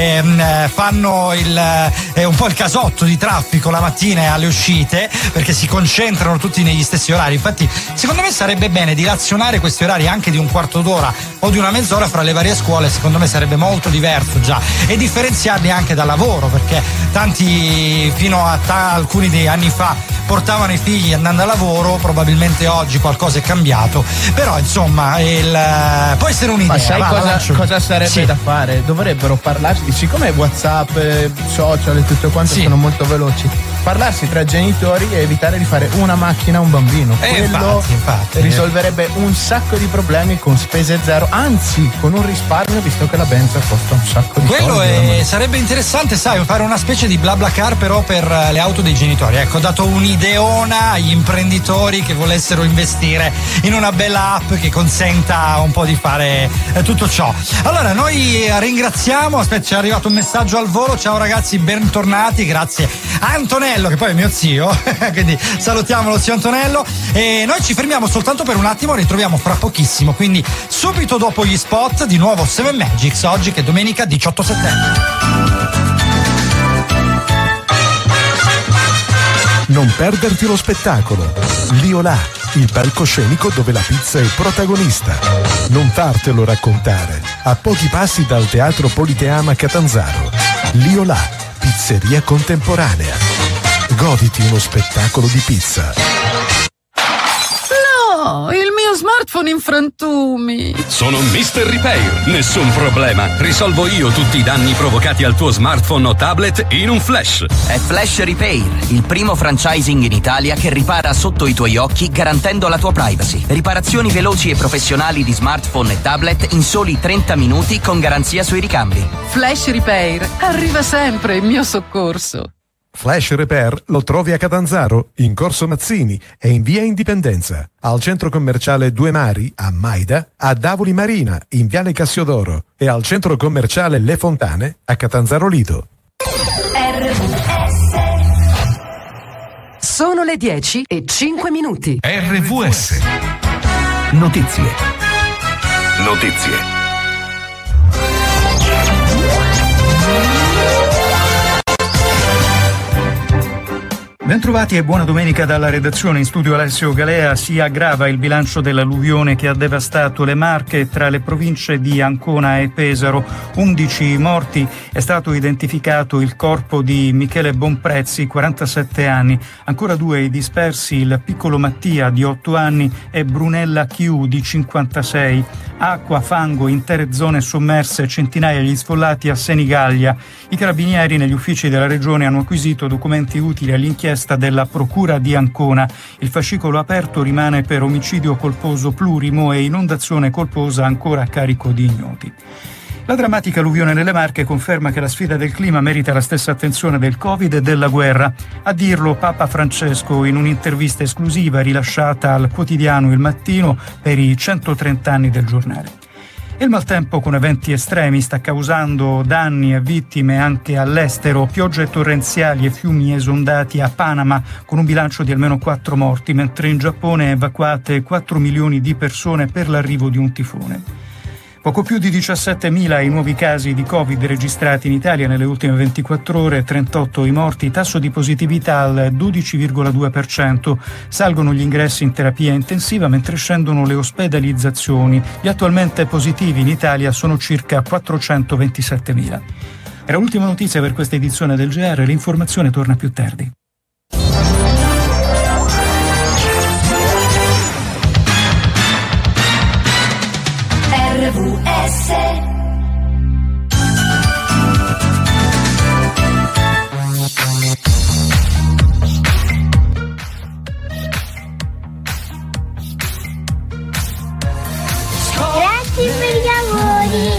fanno un po' il casotto di traffico la mattina e alle uscite perché si concentrano tutti negli stessi orari. Infatti secondo me sarebbe bene dilazionare questi orari anche di un quarto d'ora o di una mezz'ora fra le varie scuole, secondo me sarebbe molto diverso già, e differenziarli anche dal lavoro, perché tanti fino a alcuni dei anni fa portavano i figli andando a lavoro, probabilmente oggi qualcosa è cambiato, però insomma può essere un'idea. Ma sai cosa sarebbe da fare? Dovrebbero parlarsi, siccome WhatsApp, social e tutto quanto sono molto veloci, parlarsi tra genitori e evitare di fare una macchina a un bambino. Quello infatti, risolverebbe un sacco di problemi con spese zero, anzi con un risparmio, visto che la benza costa un sacco di soldi. Quello sarebbe interessante, sai, fare una specie di BlaBlaCar però per le auto dei genitori. Ecco, ho dato un'ideona agli imprenditori che volessero investire in una bella app che consenta un po' di fare tutto ciò. Allora noi ringraziamo, aspetta, ci è arrivato un messaggio al volo. Ciao ragazzi, bentornati, grazie a Antonello che poi è mio zio quindi salutiamo lo zio Antonello, e noi ci fermiamo soltanto per un attimo, ritroviamo fra pochissimo, quindi subito dopo gli spot di nuovo 7 Magics, oggi che è domenica 18 settembre. Non perderti lo spettacolo. Liolà, il palcoscenico dove la pizza è protagonista. Non fartelo raccontare. A pochi passi dal Teatro Politeama Catanzaro. Liolà, pizzeria contemporanea. Goditi uno spettacolo di pizza. No, il mio smartphone in frantumi. Sono Mr. Repair, nessun problema. Risolvo io tutti i danni provocati al tuo smartphone o tablet in un flash. È Flash Repair, il primo franchising in Italia che ripara sotto i tuoi occhi garantendo la tua privacy. Riparazioni veloci e professionali di smartphone e tablet in soli 30 minuti con garanzia sui ricambi. Flash Repair, arriva sempre in mio soccorso. Flash Repair lo trovi a Catanzaro, in Corso Mazzini e in via Indipendenza, al centro commerciale Due Mari, a Maida, a Davoli Marina, in viale Cassiodoro e al centro commerciale Le Fontane, a Catanzaro Lido. Sono le 10:05. RVS. Notizie. Bentrovati e buona domenica dalla redazione. In studio Alessio Galea. Si aggrava il bilancio dell'alluvione che ha devastato le Marche tra le province di Ancona e Pesaro. 11 morti. È stato identificato il corpo di Michele Bonprezzi, 47 anni. Ancora 2 i dispersi, il piccolo Mattia di 8 anni e Brunella Chiù di 56. Acqua, fango, intere zone sommerse, centinaia gli sfollati a Senigallia. I carabinieri negli uffici della regione hanno acquisito documenti utili all'inchiesta della Procura di Ancona. Il fascicolo aperto rimane per omicidio colposo plurimo e inondazione colposa ancora a carico di ignoti. La drammatica alluvione nelle Marche conferma che la sfida del clima merita la stessa attenzione del Covid e della guerra. A dirlo Papa Francesco in un'intervista esclusiva rilasciata al quotidiano Il Mattino per i 130 anni del giornale. Il maltempo con eventi estremi sta causando danni e vittime anche all'estero, piogge torrenziali e fiumi esondati a Panama con un bilancio di almeno 4 morti, mentre in Giappone evacuate 4 milioni di persone per l'arrivo di un tifone. Poco più di 17.000 i nuovi casi di Covid registrati in Italia nelle ultime 24 ore, 38 i morti, tasso di positività al 12,2%. Salgono gli ingressi in terapia intensiva mentre scendono le ospedalizzazioni. Gli attualmente positivi in Italia sono circa 427.000. Era l'ultima notizia per questa edizione del GR, l'informazione torna più tardi. Grazie per gli auguri.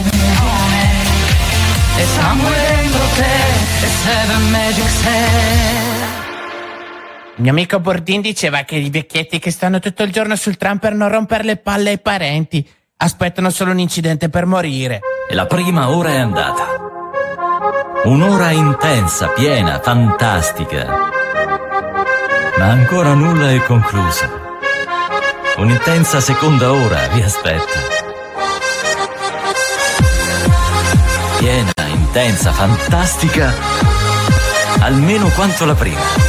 E sangue dentro te, e Seven Magic Set. Il mio amico Bordin diceva che i vecchietti che stanno tutto il giorno sul tram per non rompere le palle ai parenti aspettano solo un incidente per morire. E la prima ora è andata. Un'ora intensa, piena, fantastica. Ma ancora nulla è concluso. Un'intensa seconda ora vi aspetta. Piena, intensa, fantastica, almeno quanto la prima.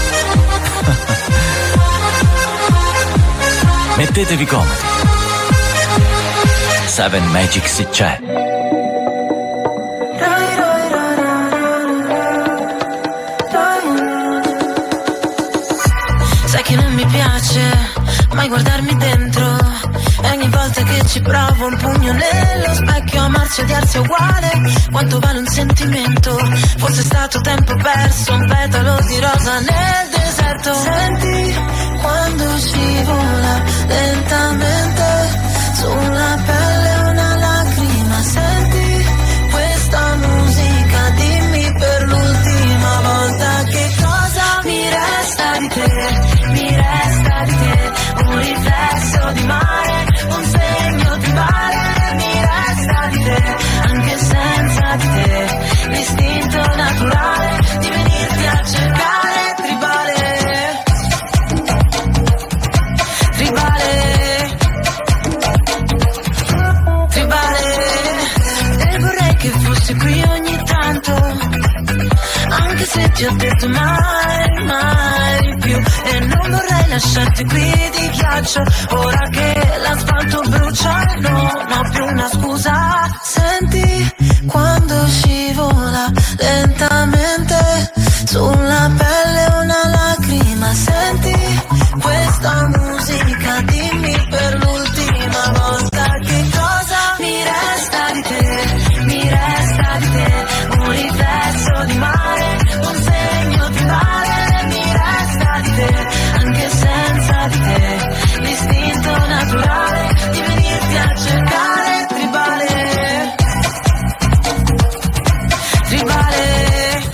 Mettetevi comodi. Seven Magics c'è. Sai che non mi piace mai guardarmi dentro. E ogni volta che ci provo un pugno nello specchio, amarsi e odiarsi è uguale. Quanto vale un sentimento? Forse è stato tempo perso, un petalo di rosa nel deserto. Senti quando scivola lentamente sulla pelle una lacrima. Senti questa musica, dimmi per l'ultima volta che cosa mi resta di te, mi resta di te. Un riflesso di mare, un segno di mare, mi resta di te, anche senza di te. L'istinto naturale di venirti a cercare, tribale, tribale, tribale. E vorrei che fossi qui ogni tanto, anche se ti ho detto mai, mai più. E non vorrei lasciarti qui di ghiaccio, ora che l'asfalto brucia, non ho più una scusa. Senti quando scivola lentamente sulla pelle una lacrima. Senti questa musica, dimmi per l'ultima volta che cosa mi resta di te, mi resta di te. Un riflesso di mare, un segno di mare, mi resta di te, anche senza di te. L'istinto naturale di venirti a cercare, tribale, tribale,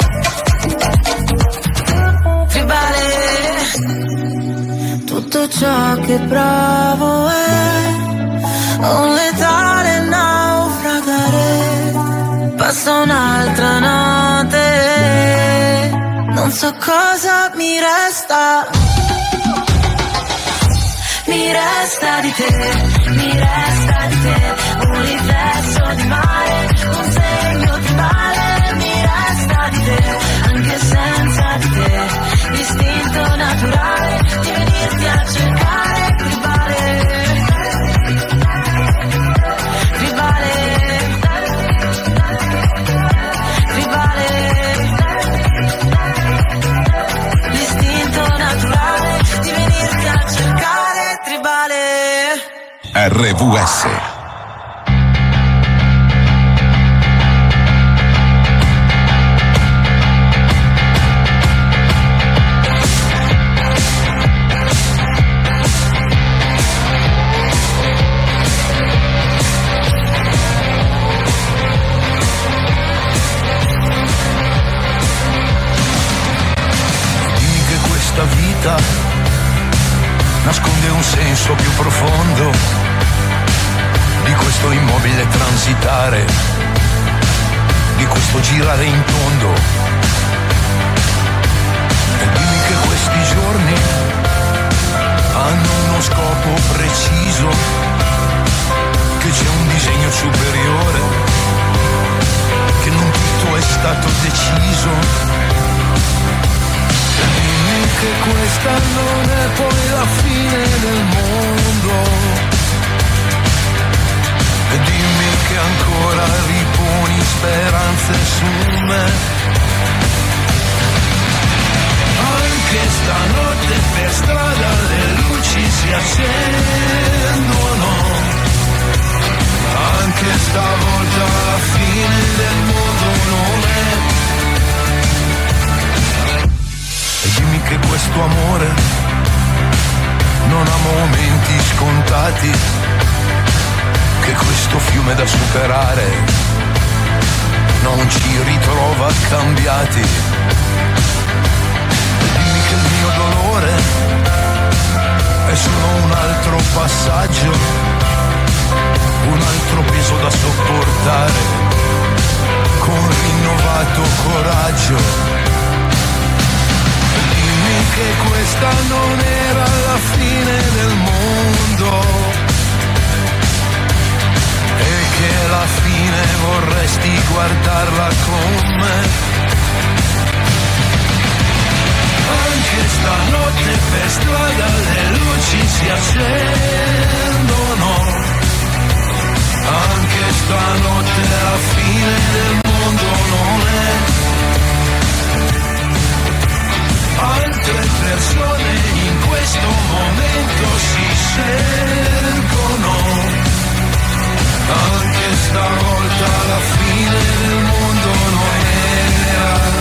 tribale. Tutto ciò che provo è un letale naufragare. Passa un'altra notte, non so cosa mi resta. Mi resta di te, mi resta di te. Un riflesso di mare, un segno di mare, mi resta di te, anche senza di te. L'istinto naturale di venirti a cercare, tribale, tribale, tribale. L'istinto naturale di venirti a cercare, tribale. RVS. Dimmi che questa vita nasconde un senso più profondo di questo immobile transitare, di questo girare in tondo. E dimmi che questi giorni hanno uno scopo preciso, che c'è un disegno superiore, che non tutto è stato deciso. E dimmi che questa non è poi la fine del mondo. E dimmi che ancora riponi speranze su me. Anche stanotte per strada le luci si accendono. Anche stavolta questo amore non ha momenti scontati, che questo fiume da superare non ci ritrova cambiati. Dimmi che il mio dolore è solo un altro passaggio, un altro peso da sopportare con rinnovato coraggio. Dimmi che questa non era la fine del mondo e che la fine vorresti guardarla con me. Anche stanotte per strada le luci si accendono, anche stanotte la fine del mondo non è. Altre persone in questo momento si scelgono, anche stavolta la fine del mondo non era.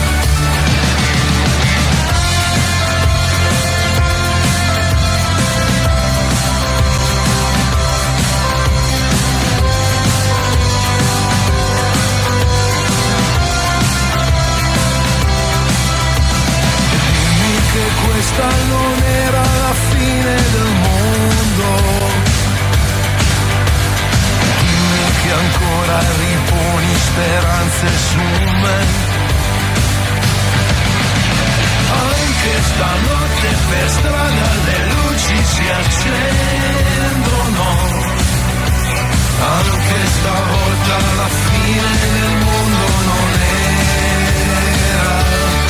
Questa non era la fine del mondo. Dimmi che ancora riponi speranze su me. Anche stanotte per strada le luci si accendono, anche stavolta la fine del mondo non era.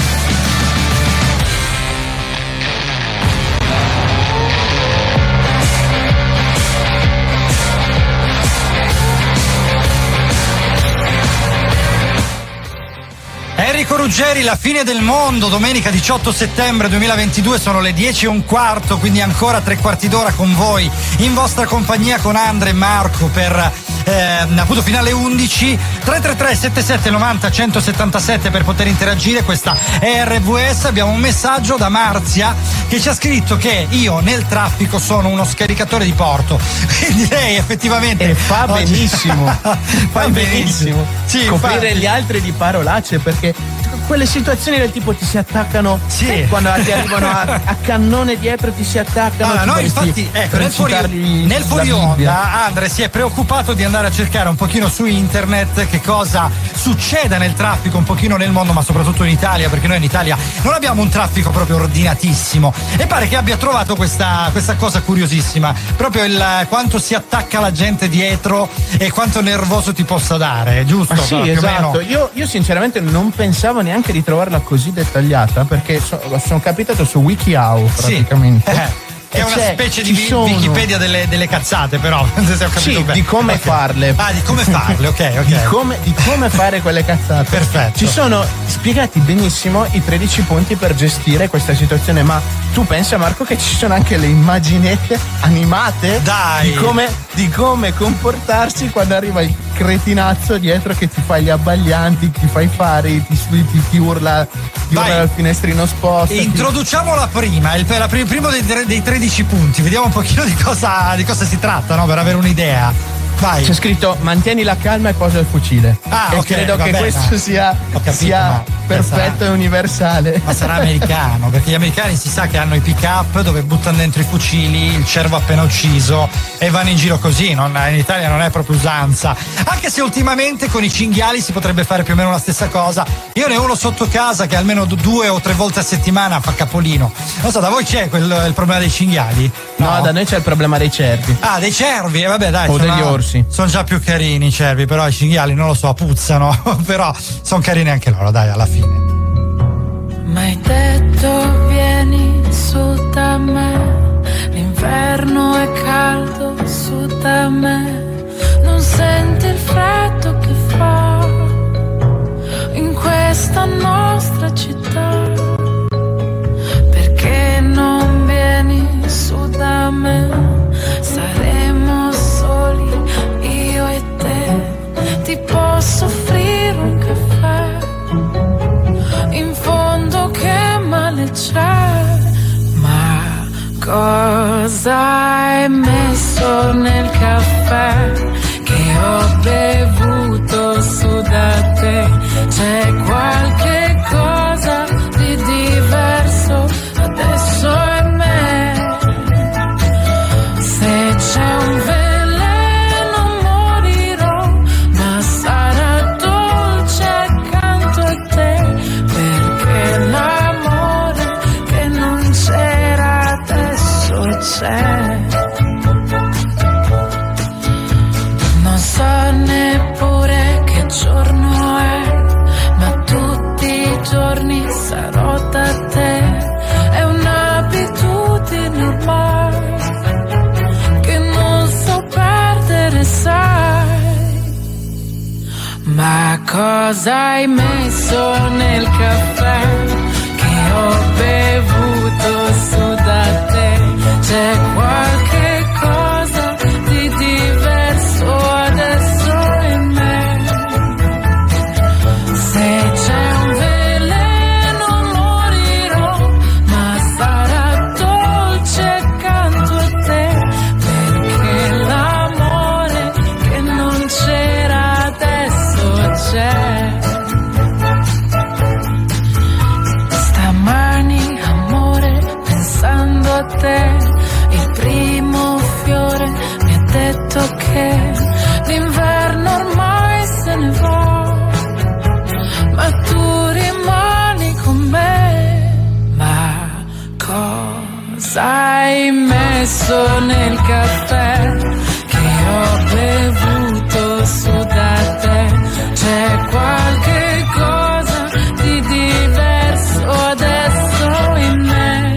Enrico Ruggeri, La fine del mondo, domenica 18 settembre 2022, sono le 10:15, quindi ancora 3/4 d'ora con voi, in vostra compagnia con Andre e Marco per appunto fino alle 11. 333 77 90 177 per poter interagire. Questa è RVS. Abbiamo un messaggio da Marzia che ci ha scritto che io nel traffico sono uno scaricatore di porto, quindi lei effettivamente e fa benissimo fa benissimo sì, coprire infatti gli altri di parolacce, perché quelle situazioni del tipo ti si attaccano, sì, quando ti arrivano a cannone dietro ti si attaccano. No, infatti ecco, nel fuori onda Andre si è preoccupato di andare a cercare un pochino su internet che cosa succeda nel traffico un pochino nel mondo, ma soprattutto in Italia, perché noi in Italia non abbiamo un traffico proprio ordinatissimo, e pare che abbia trovato questa cosa curiosissima, proprio il quanto si attacca la gente dietro e quanto nervoso ti possa dare, giusto? Sì, esatto. Io sinceramente non pensavo neanche di trovarla così dettagliata, perché sono capitato su WikiHow praticamente. Sì. È una specie di Wikipedia delle cazzate, però se ho capito sì, bene. Di come farle. Ah, di come farle, ok. Di come fare quelle cazzate. Perfetto. Ci sono spiegati benissimo i 13 punti per gestire questa situazione, ma tu pensa, Marco, che ci sono anche le immaginette animate di come comportarsi quando arriva il cretinazzo dietro che ti fa gli abbaglianti, ti fa i fari, ti urla dal finestrino sposta. Introduciamo la prima, il primo dei 13 punti, vediamo un pochino di cosa si tratta, no? Per avere un'idea. Vai. C'è scritto mantieni la calma e posa il fucile. Ok, credo che questo sia perfetto e universale. Ma sarà americano, perché gli americani si sa che hanno i pick up dove buttano dentro i fucili, il cervo appena ucciso, e vanno in giro così. In Italia non è proprio usanza, anche se ultimamente con i cinghiali si potrebbe fare più o meno la stessa cosa. Io ne ho uno sotto casa che almeno 2 o 3 volte a settimana fa capolino. Non so, da voi c'è il problema dei cinghiali? No, da noi c'è il problema dei cervi. Ah, dei cervi? Vabbè, dai. O degli orsi. Sono già più carini i cervi, però i cinghiali non lo so, puzzano. Però sono carini anche loro, dai, alla fine. M'hai detto vieni su da me, l'inverno è caldo su da me, non senti il freddo che fa in questa nostra città, perché non vieni su da me, saremo soli io e te, ti posso offrire un caffè, in fondo che male c'è, Cosa hai messo nel caffè che ho bevuto su da te? C'è qualche cosa di diverso adesso in me. Se c'è un veleno morirò, ma sarà dolce accanto a te, perché l'amore che non c'era adesso c'è. Non so neppure che giorno è, ma tutti i giorni sarò da te. È un'abitudine ormai che non so perdere, sai. Ma cosa hai messo nel caffè che ho bevuto su da te? C'è qualche cosa di diverso adesso in me. Se c'è un veleno morirò, ma sarà dolce accanto a te, perché l'amore che non c'era adesso c'è. Stamani, amore, pensando a te, il primo fiore mi ha detto che l'inverno ormai se ne va, ma tu rimani con me. Ma cosa hai messo nel caffè che ho bevuto su da te? C'è qualche cosa di diverso adesso in me.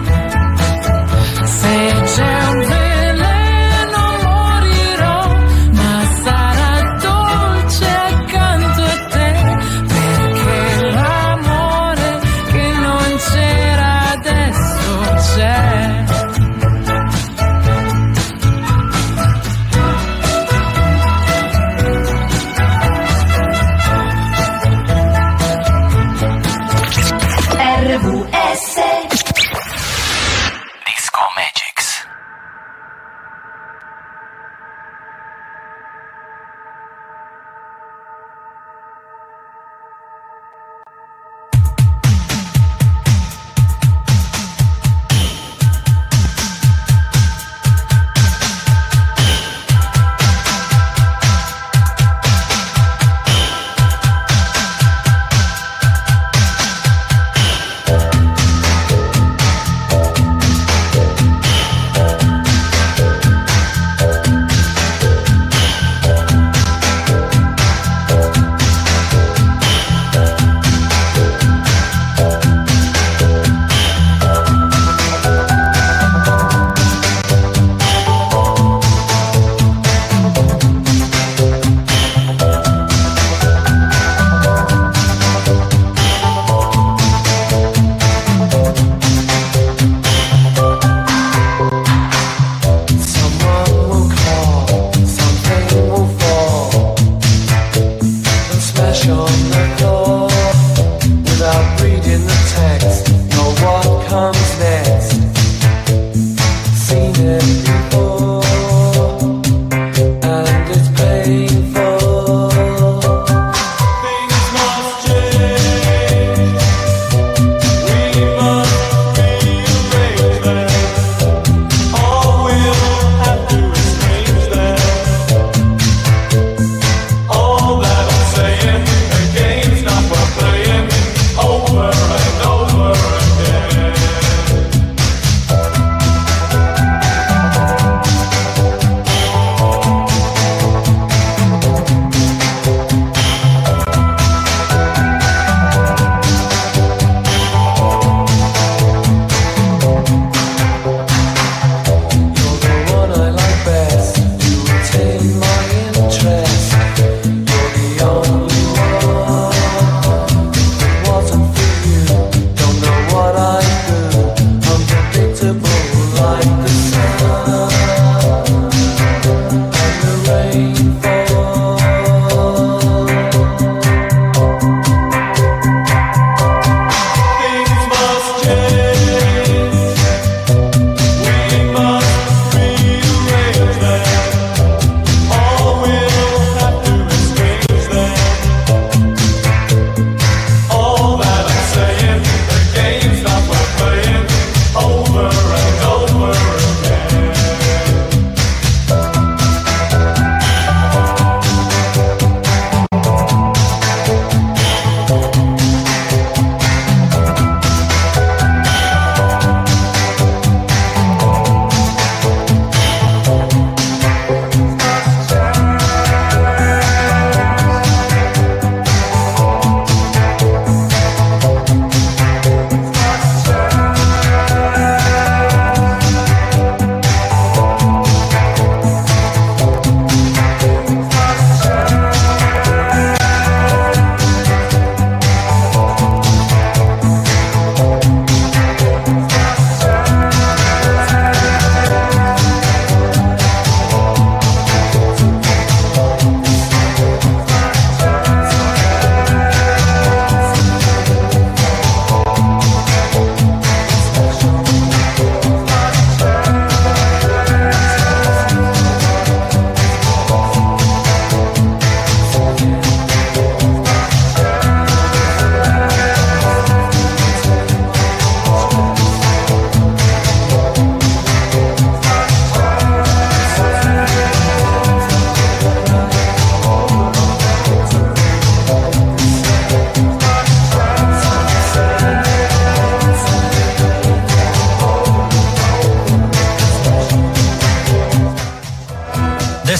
Se c'è un veleno morirò, ma sarà dolce accanto a te, perché l'amore che non c'era adesso c'è. RVS Disco Magics.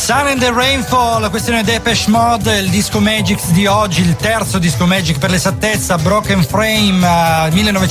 Sun and the Rainfall, questione Depeche Mode, il disco Magic di oggi, il terzo disco Magic per l'esattezza, Broken Frame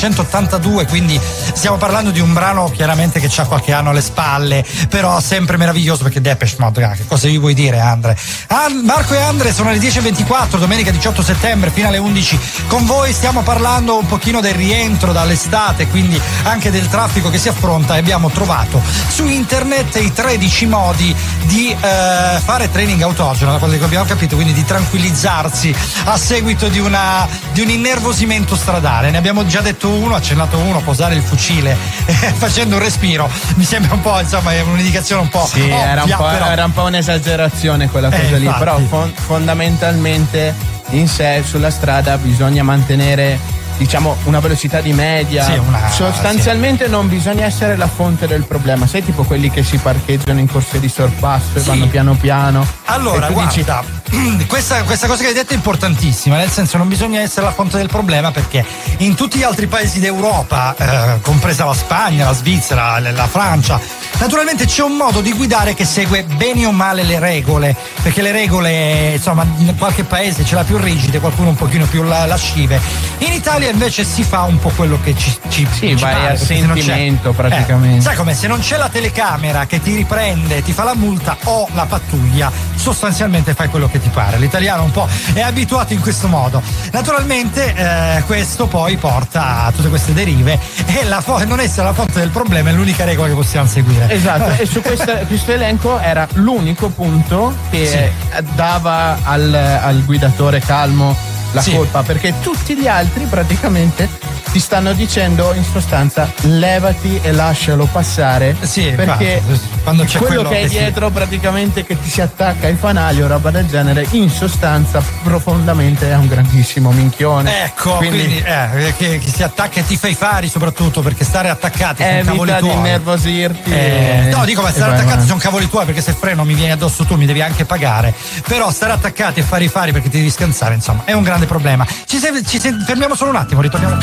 1982, quindi stiamo parlando di un brano chiaramente che ha qualche anno alle spalle, però sempre meraviglioso perché Depeche Mode, che cosa gli vuoi dire Andre? Marco e Andre sono alle 10.24, domenica 18 settembre fino alle 11 con voi, stiamo parlando un pochino del rientro dall'estate, quindi anche del traffico che si affronta e abbiamo trovato su internet i 13 modi di fare training autogeno, da quello che abbiamo capito, quindi di tranquillizzarsi a seguito di un innervosimento stradale. Ne abbiamo già detto uno, accennato uno, posare il fucile facendo un respiro, mi sembra un po', insomma, è un'indicazione un po'. Sì, ovvia, era un po' un'esagerazione quella cosa lì, infatti. però fondamentalmente in sé sulla strada bisogna mantenere, diciamo, una velocità di media. Sì, sostanzialmente non bisogna essere la fonte del problema. Sai, tipo quelli che si parcheggiano in corsie di sorpasso e vanno piano piano. Allora, guarda, questa cosa che hai detto è importantissima, nel senso non bisogna essere la fonte del problema, perché in tutti gli altri paesi d'Europa, compresa la Spagna, la Svizzera, la Francia, naturalmente c'è un modo di guidare che segue bene o male le regole, perché le regole, insomma, in qualche paese ce l'ha più rigide, qualcuno un pochino più lascive. In Italia invece si fa un po' quello che ci vai pare, a sentimento praticamente. Sai com'è? Se non c'è la telecamera che ti riprende, ti fa la multa o la pattuglia, sostanzialmente fai quello che ti pare. L'italiano un po' è abituato in questo modo. Naturalmente questo poi porta a tutte queste derive e non essere la fonte del problema è l'unica regola che possiamo seguire. Esatto, e su questo elenco era l'unico punto che dava al guidatore calmo la colpa, perché tutti gli altri praticamente ti stanno dicendo in sostanza levati e lascialo passare, perché quando c'è quello che è dietro praticamente che ti si attacca ai fanali o roba del genere, in sostanza profondamente è un grandissimo minchione. Ecco, quindi che si attacca e ti fai fari, soprattutto perché stare attaccati sono cavoli tuoi. Evita di innervosirti. No, dico, ma stare attaccati sono cavoli tuoi, perché se freno mi vieni addosso tu, mi devi anche pagare. Però stare attaccati e fare i fari perché ti devi scansare, insomma, è un grande problema. Ci fermiamo solo un attimo, ritorniamo.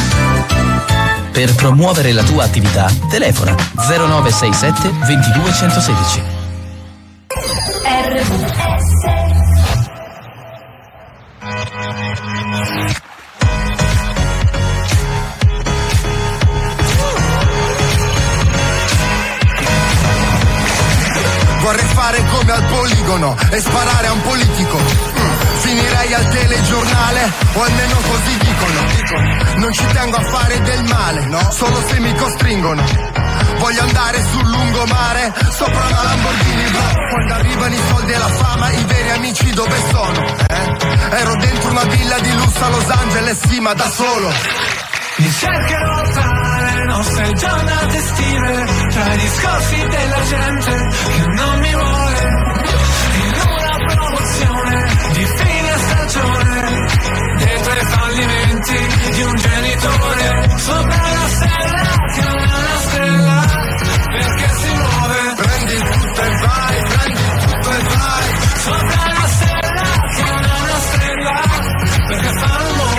Per promuovere la tua attività, telefona 0967 22 116. Vorrei fare come al poligono e sparare a un politico. Finirei al telegiornale, o almeno così dicono. Non ci tengo a fare del male, no, solo se mi costringono. Voglio andare sul lungomare, sopra una Lamborghini blu. Quando arrivano i soldi e la fama, i veri amici dove sono? Ero dentro una villa di lusso a Los Angeles, sì, ma da solo. Mi cercherò tra le nostre giornate estive, tra i discorsi della gente che non mi vuole, in una promozione di fine stagione, dietro ai fallimenti di un genitore, sopra la stella che non è una stella, perché si muove. Prendi tutto e vai, prendi tutto e vai, sopra la stella che non è una stella, perché fa rumore.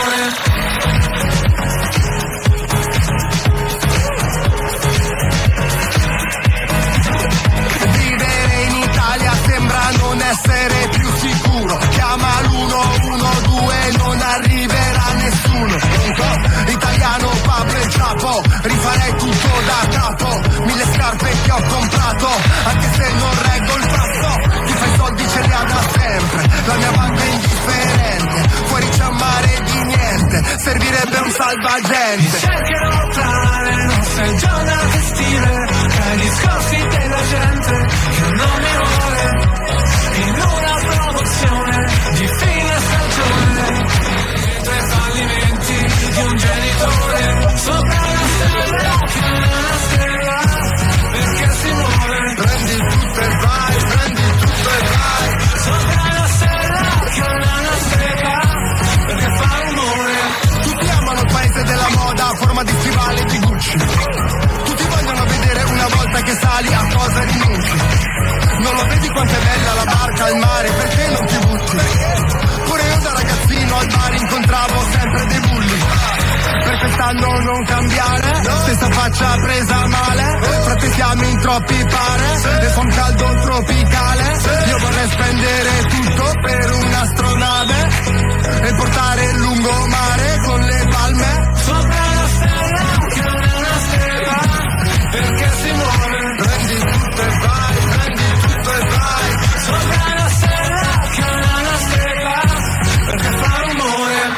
Non essere più sicuro, chiama l'112, non arriverà nessuno. Italiano, Pablo e Chapo, rifarei tutto da capo. 1000 scarpe che ho comprato, anche se non reggo il passo. Chi fa i soldi ce li ha da sempre, la mia banca è indifferente. Fuori c'è un mare di niente, servirebbe un salvagente. Mi cercherò tra le nostre giornate estive, tra i discorsi della gente che non mi vuole, in una promozione di fine stagione, dietro ai fallimenti di un genitore, sopra la stella che non è una stella, perché si muove. Prendi tutto e vai, prendi tutto e vai, sopra la stella che non è una stella, perché fa rumore. Tutti amano il paese della moda a forma di stivali di Gucci. Tutti vogliono vedere una volta che sali a cosa rinunci. Non lo vedi quanto è bella la barca al mare, perché non ti butti? Pure io da ragazzino al bar incontravo sempre dei bulli. Per questa sanno non cambiare, stessa faccia presa male, frate siamo in troppi pare, e fa un caldo tropicale, io vorrei spendere tutto per un'astronave e portare il lungomare con le palme sopra la stella che non è una stella, perché si muore. Prendi tutto e vai, sopra la stella che non è una stella, perché fa rumore.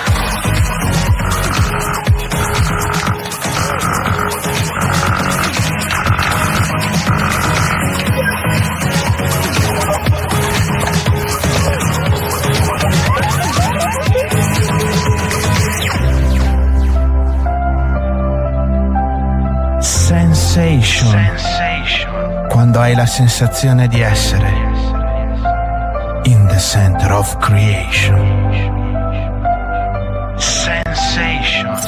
Sensation. Quando hai la sensazione di essere in the center of creation. Sensation.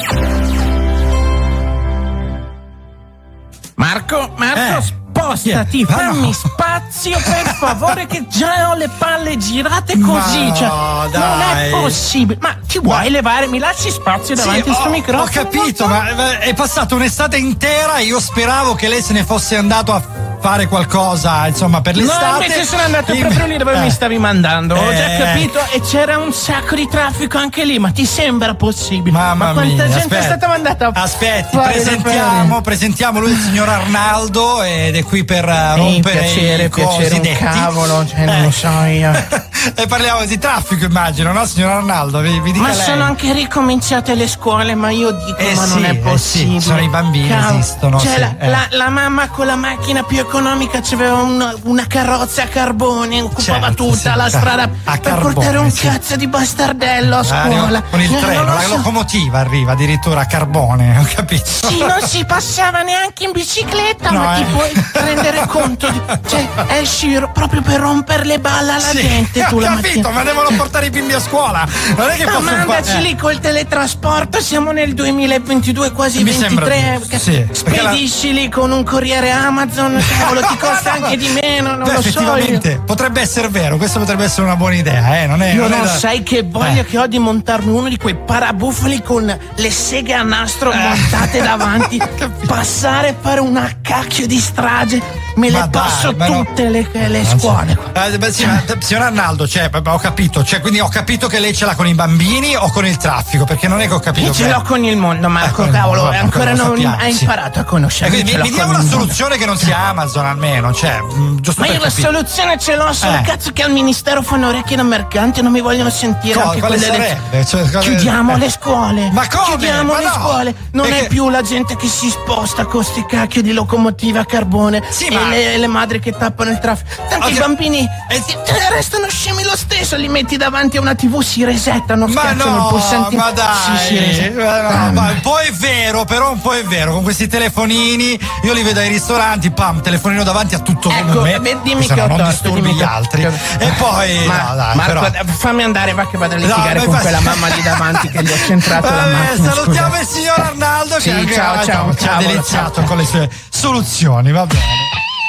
Marco, spostati, fammi spazio per favore, che già ho le palle girate così. Ma cioè, no, non dai. è possibile. Ma ti vuoi levare? Mi lasci spazio davanti a sto microfono? Ho capito, ma è passata un'estate intera. Io speravo che lei se ne fosse andato a fare qualcosa, insomma, per l'estate. No, invece sono andato proprio lì dove mi stavi mandando. Ho già capito, e c'era un sacco di traffico anche lì. Ma ti sembra possibile? Mamma ma quanta mia, gente è stata mandata a Aspetti, fare presentiamo lui, il signor Arnaldo, ed è qui per rompere piacere, i cosiddetti. un cavolo, cioè non lo so io. E parliamo di traffico, immagino, no, signor Arnaldo? Vi dica Ma lei. sono anche ricominciate le scuole, ma io dico, ma non è possibile. Sì, sono i bambini, Cavolo. esistono. Cioè, sì, la mamma con la macchina più economica c'aveva una carrozza a carbone, occupava tutta la strada per carbone, portare un cazzo di bastardello a scuola. Con il treno, non lo la so. locomotiva arriva addirittura a carbone, ho capito. Sì, non si passava neanche in bicicletta, No, ma ti puoi rendere conto cioè, esci proprio per rompere le balle alla gente tu ho la capito, mattina. ma devono portare i bimbi a scuola. Non è che Ma possono mandaci lì col teletrasporto, siamo nel 2022, quasi Mi 23. sembra, sì, Spedisci lì con un corriere Amazon, cavolo, ti costa anche di meno, non lo so. Effettivamente, potrebbe essere vero, questo potrebbe essere una buona idea, non è. Io non non è sai che voglia che ho di montarmi uno di quei parabufali con le seghe a nastro montate davanti, passare, fare una cacchio di strage. Me le passo tutte le scuole. Sì, ma, signor Arnaldo, ho capito, quindi ho capito che lei ce l'ha con i bambini o con il traffico, perché non è che ho capito. Io ce l'ho con il mondo, Marco, cavolo, vabbè, ancora non sappiamo, hai sì. imparato a conoscere. Quindi mi dia una soluzione che non sia Amazon almeno, giusto Ma per io la capire. soluzione ce l'ho, solo cazzo che al ministero fanno orecchie da mercanti, non mi vogliono sentire anche quale quelle sarebbe? Cioè, Chiudiamo le scuole. Ma come? Chiudiamo Ma le no! scuole. Non Perché- è più la gente che si sposta con sti cacchio di locomotive a carbone e le madri che tappano il traffico. Tanto i bambini restano scemi lo stesso, li metti davanti a una TV, si resettano, schiacciano il pulsantino. Ma dai, si resettano. ma un po' è vero, però un po' è vero. Con questi telefonini, io li vedo ai ristoranti, pam, telefonino davanti a tutto come me. Dimmi se che no ho non torto, disturbi dimmi gli che- altri. E poi, no, dai, Marco, però. fammi andare, va che vado a litigare No, con ma- quella mamma di davanti che gli ho centrato la macchina. Salutiamo scusa. il signor Arnaldo Sì, che anche ciao, ci ha cavolo, deliziato ciao. con le sue soluzioni, va bene.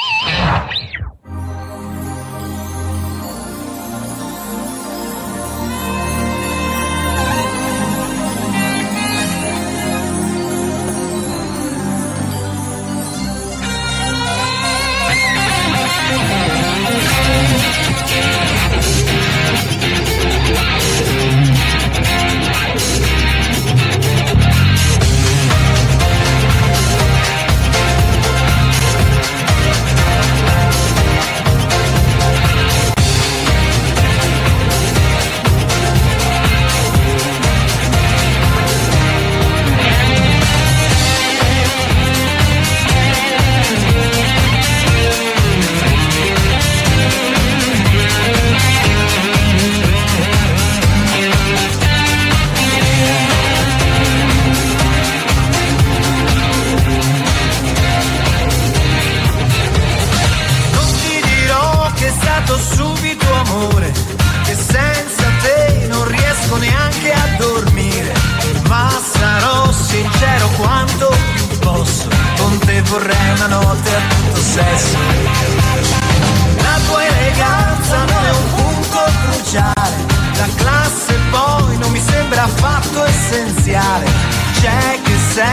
Non ti dirò che è stato subito amore, che senza te non riesco neanche a dormire, ma sarò sincero quanto più posso, con te vorrei una notte a tutto sesso. La tua eleganza non è un punto cruciale, la classe poi non mi sembra affatto essenziale, c'è che sei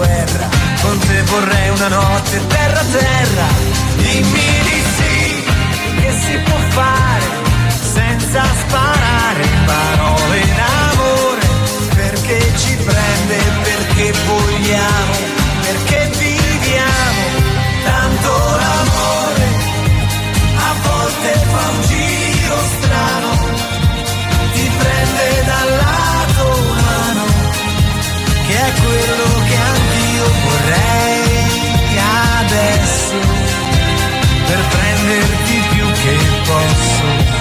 guerra, con te vorrei una notte terra terra. Dimmi di sì, che si può fare senza sparare parole d'amore, perché ci prende, perché vogliamo, perché viviamo tanto l'amore, a volte fa un giro strano, ti prende dal lato umano, che è quello che anch'io vorrei adesso, per prenderti più che posso.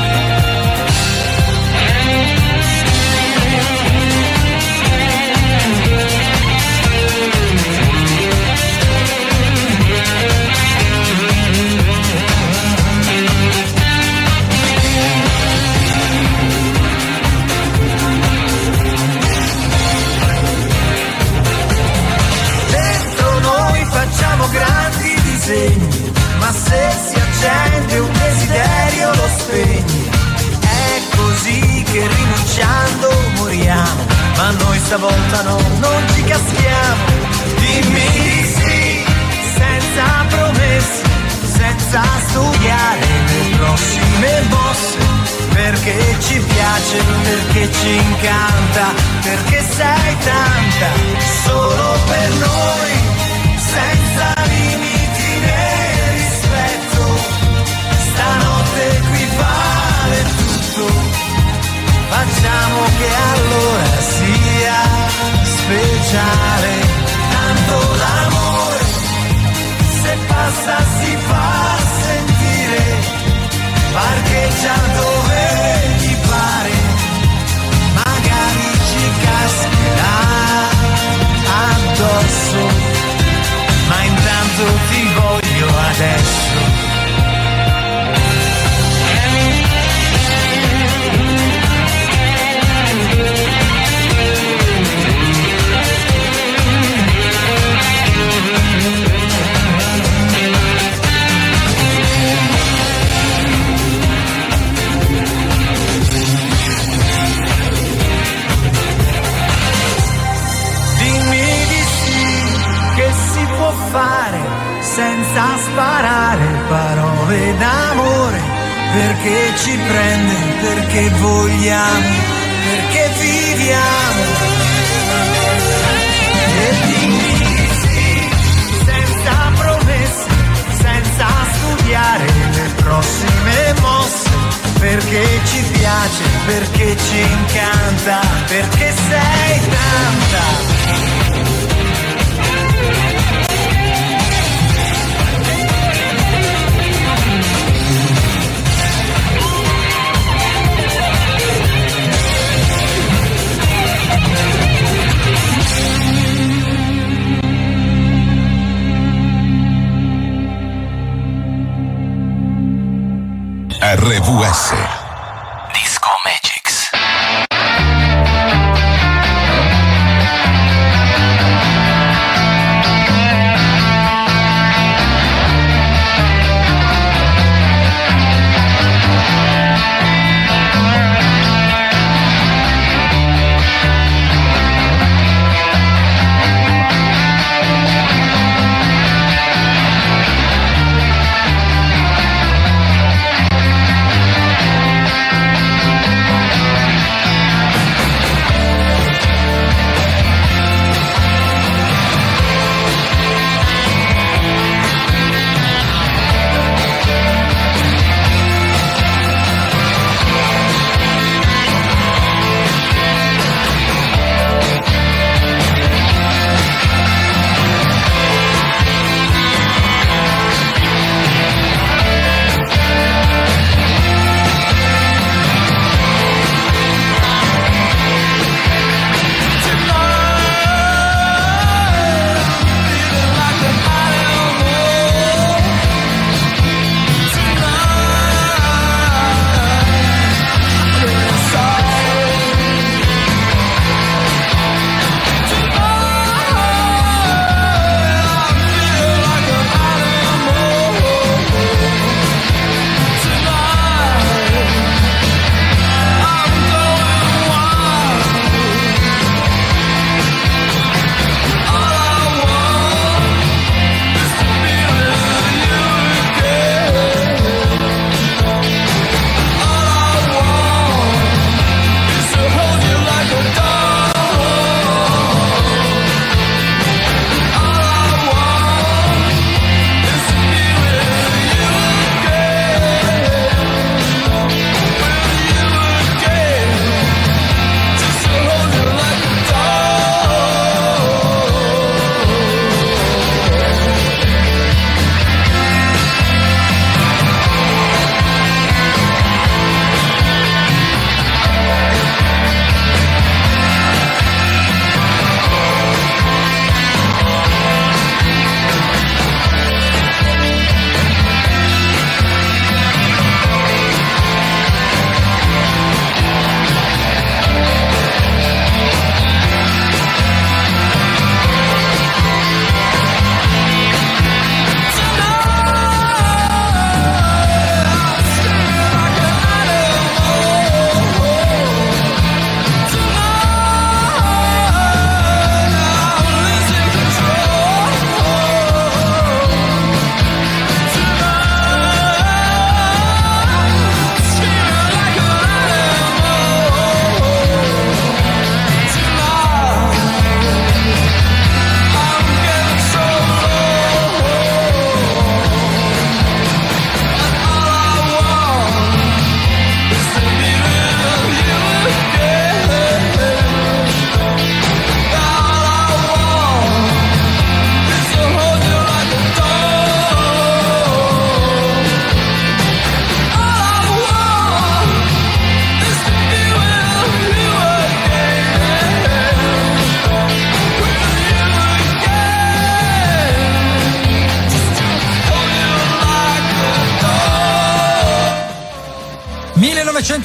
Facciamo grandi disegni, ma se si accende un desiderio lo spegni. È così che rinunciando moriamo, ma noi stavolta no, non ci caschiamo. Dimmi di sì, senza promesse, senza studiare le prossime mosse, perché ci piace, perché ci incanta, perché sei tanta, solo per noi, senza limiti né rispetto. Stanotte qui vale tutto, facciamo che allora sia speciale. Tanto l'amore, se passa si fa sentire, parcheggia dove gli pare, magari ci cascherà addosso, ma intanto ti voglio adesso. Dimmi di sì, che si può fare senza sparare parole d'amore, perché ci prende, perché vogliamo, perché viviamo. E dimmi di sì, senza promesse, senza studiare le prossime mosse, perché ci piace, perché ci incanta, perché sei tanta. RVS Disco Magics.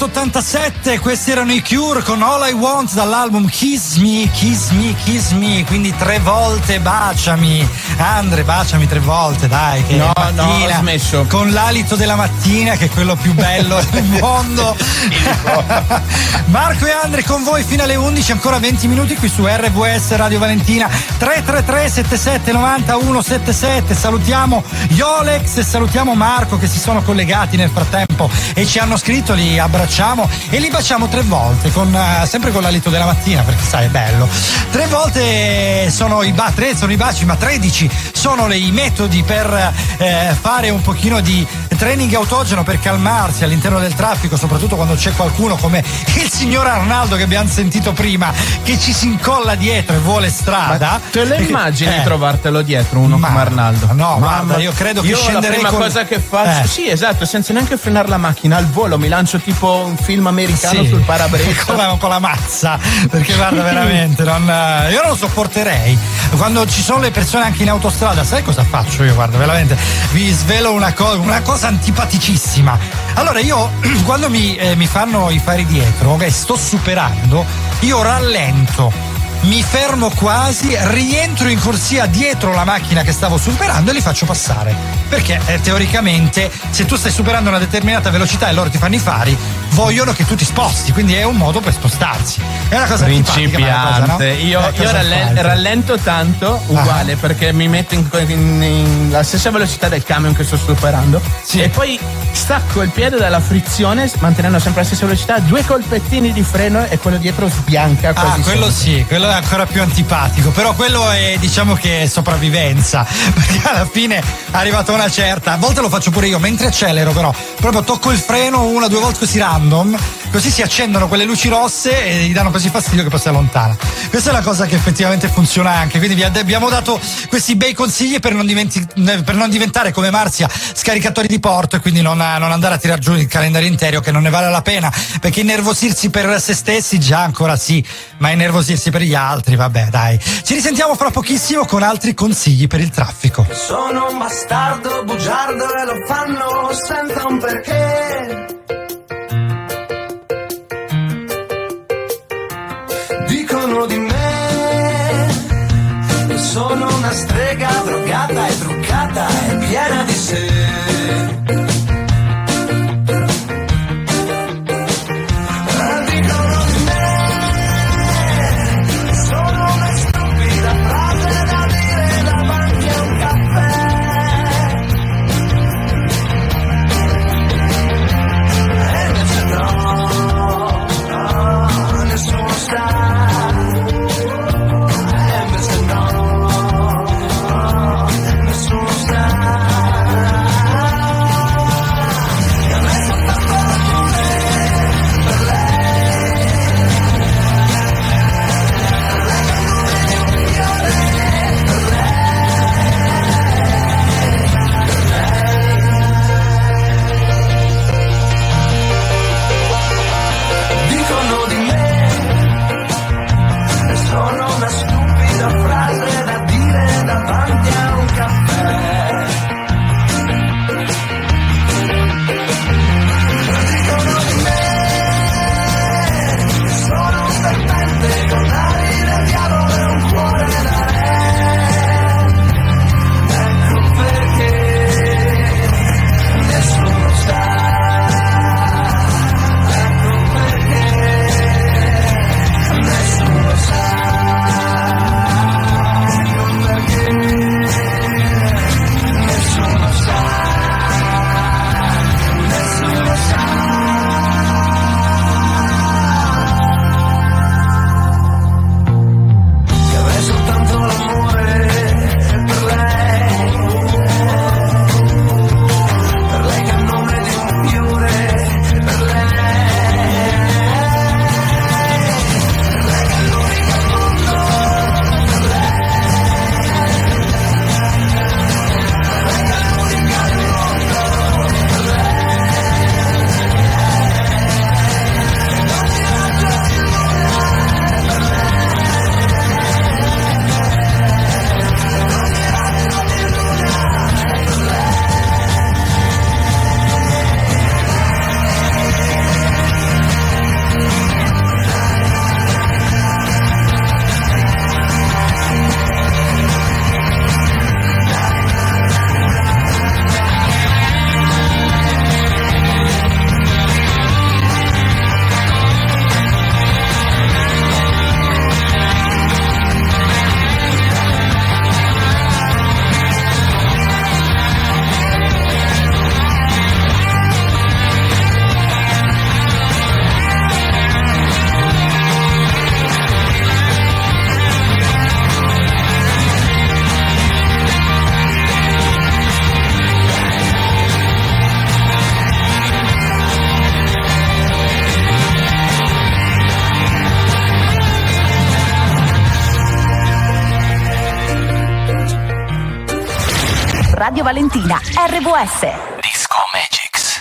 1987, questi erano i Cure con All I Want dall'album Kiss Me, Kiss Me, Kiss Me, quindi 3 volte baciami. Andre, baciami 3 volte, dai, che no, mattina, ho smesso. Con l'alito della mattina, che è quello più bello del mondo. Marco e Andre con voi fino alle 11, ancora 20 minuti qui su RVS Radio Valentina. 333 77 90 177. Salutiamo Yolex e salutiamo Marco che si sono collegati nel frattempo e ci hanno scritto, li abbracciamo e li baciamo 3 volte sempre con l'alito della mattina, perché sai, è bello. 3 volte sono i baci, ma 13 sono i metodi per fare un pochino di training autogeno per calmarsi all'interno del traffico, soprattutto quando c'è qualcuno come il signor Arnaldo che abbiamo sentito prima, che ci si incolla dietro e vuole strada. Ma te lo immagini trovartelo dietro uno come Arnaldo? No, guarda, io credo che scenderei la prima cosa che faccio, sì, esatto, senza neanche frenare la macchina, al volo mi lancio tipo un film americano sul parabrezza con la mazza, perché guarda veramente io non lo sopporterei. Quando ci sono le persone anche in autostrada, sai cosa faccio io? Guarda, veramente vi svelo una cosa antipaticissima. Allora io quando mi fanno i fari dietro e sto superando, io rallento, mi fermo quasi, rientro in corsia dietro la macchina che stavo superando e li faccio passare, perché teoricamente se tu stai superando una determinata velocità e loro ti fanno i fari, vogliono che tu ti sposti, quindi è un modo per spostarsi. È una cosa principiante, io rallento tanto uguale, perché mi metto in la stessa velocità del camion che sto superando, e poi stacco il piede dalla frizione mantenendo sempre la stessa velocità, 2 colpettini di freno e quello dietro sbianca quasi. Quello sì, quello è ancora più antipatico, però quello è, diciamo che è sopravvivenza, perché alla fine è arrivato una certa, a volte lo faccio pure io mentre accelero, però proprio tocco il freno 1 o 2 volte così random, così si accendono quelle luci rosse e gli danno così fastidio che poi si allontana. Questa è una cosa che effettivamente funziona anche, quindi vi abbiamo dato questi bei consigli per non diventare come Marzia scaricatori di porto e quindi non andare a tirar giù il calendario intero, che non ne vale la pena, perché innervosirsi per se stessi già ancora sì, ma innervosirsi per gli altri, vabbè, dai. Ci risentiamo fra pochissimo con altri consigli per il traffico. Sono un bastardo bugiardo e lo fanno senza un perché. Dicono di me che sono una strega drogata e truccata e piena di sé. Radio Valentina, RVS. Disco Magics.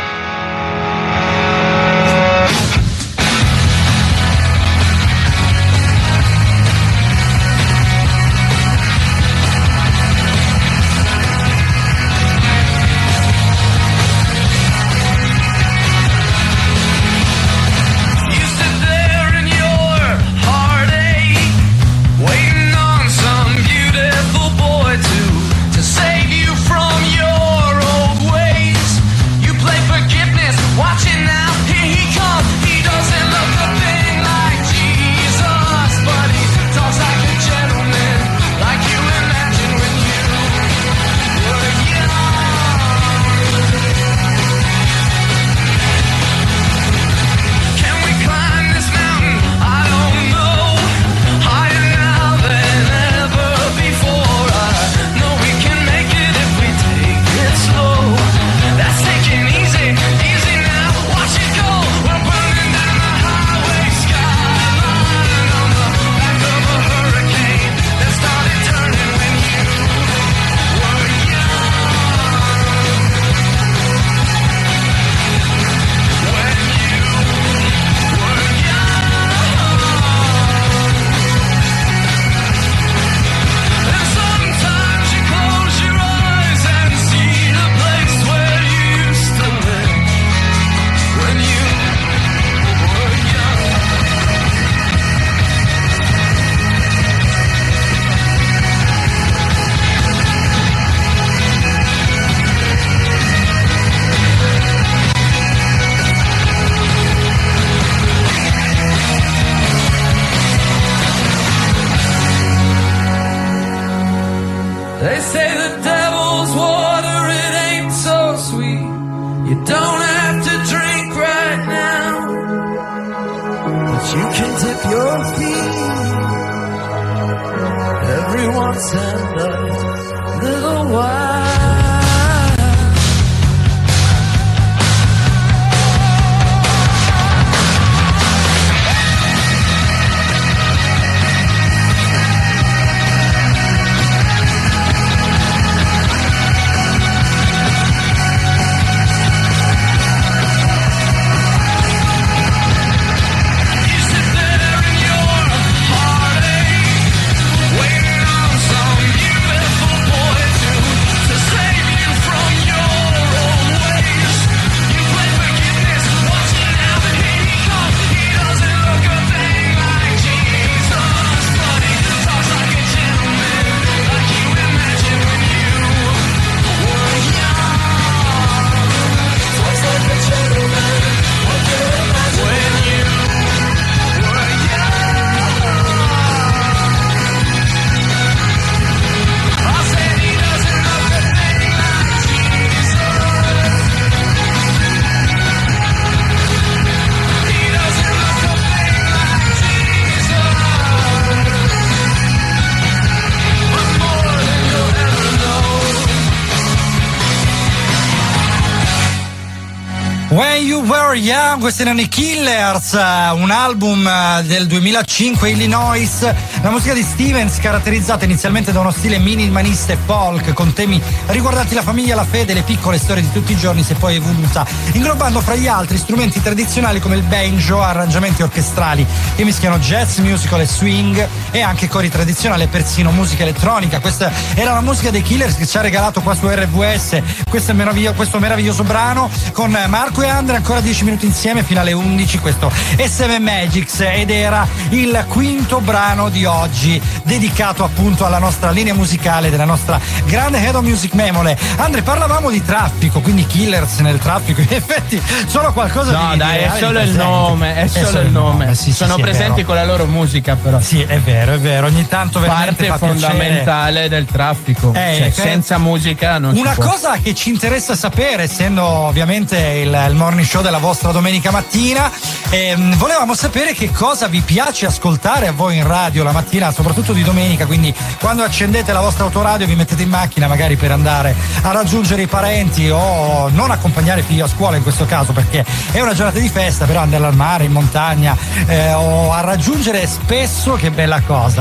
Watching now, here he comes. He doesn't look a thing like Jesus, but he talks like a gentleman, like you imagine when you were young. Can we climb this mountain? I don't know. Higher now than ever before. I know we can make it if we take it slow. That's taking easy. Watch it go, we're burning down the highway skyline on the back of a hurricane that started turning when you were young. When you were young. And sometimes you close your eyes and see the place where you used to live. When you were young. They say the devil's water, it ain't so sweet. You don't have to drink right now, but you can dip your feet every once in a little while. When You Were Young, questi erano i Killers, un album del 2005, Illinois, la musica di Stevens caratterizzata inizialmente da uno stile minimalista e folk con temi riguardanti la famiglia, la fede, le piccole storie di tutti i giorni, si è poi evoluta inglobando fra gli altri strumenti tradizionali come il banjo, arrangiamenti orchestrali che mischiano jazz, musical e swing e anche cori tradizionali e persino musica elettronica. Questa era la musica dei Killers che ci ha regalato qua su RVS questo meraviglioso brano con Marco e Andrea, ancora 10 minuti insieme fino alle 11, questo SM Magics, ed era il quinto brano di oggi dedicato appunto alla nostra linea musicale della nostra grande Head of Music Memole. Andre, parlavamo di traffico, quindi Killers nel traffico, in effetti sono qualcosa di... No dai, è solo il nome, è solo il nome. Sì, sono presenti con la loro musica però. Sì, è vero, ogni tanto veramente parte fondamentale del traffico, cioè, senza musica non una si può. Cosa che ci interessa sapere, essendo ovviamente il morning show della vostra domenica mattina, volevamo sapere che cosa vi piace ascoltare a voi in radio la mattina, soprattutto di domenica, quindi quando accendete la vostra autoradio, vi mettete in macchina magari per andare a raggiungere i parenti o non accompagnare i figli a scuola in questo caso perché è una giornata di festa, però andare al mare, in montagna o a raggiungere spesso, che bella cosa,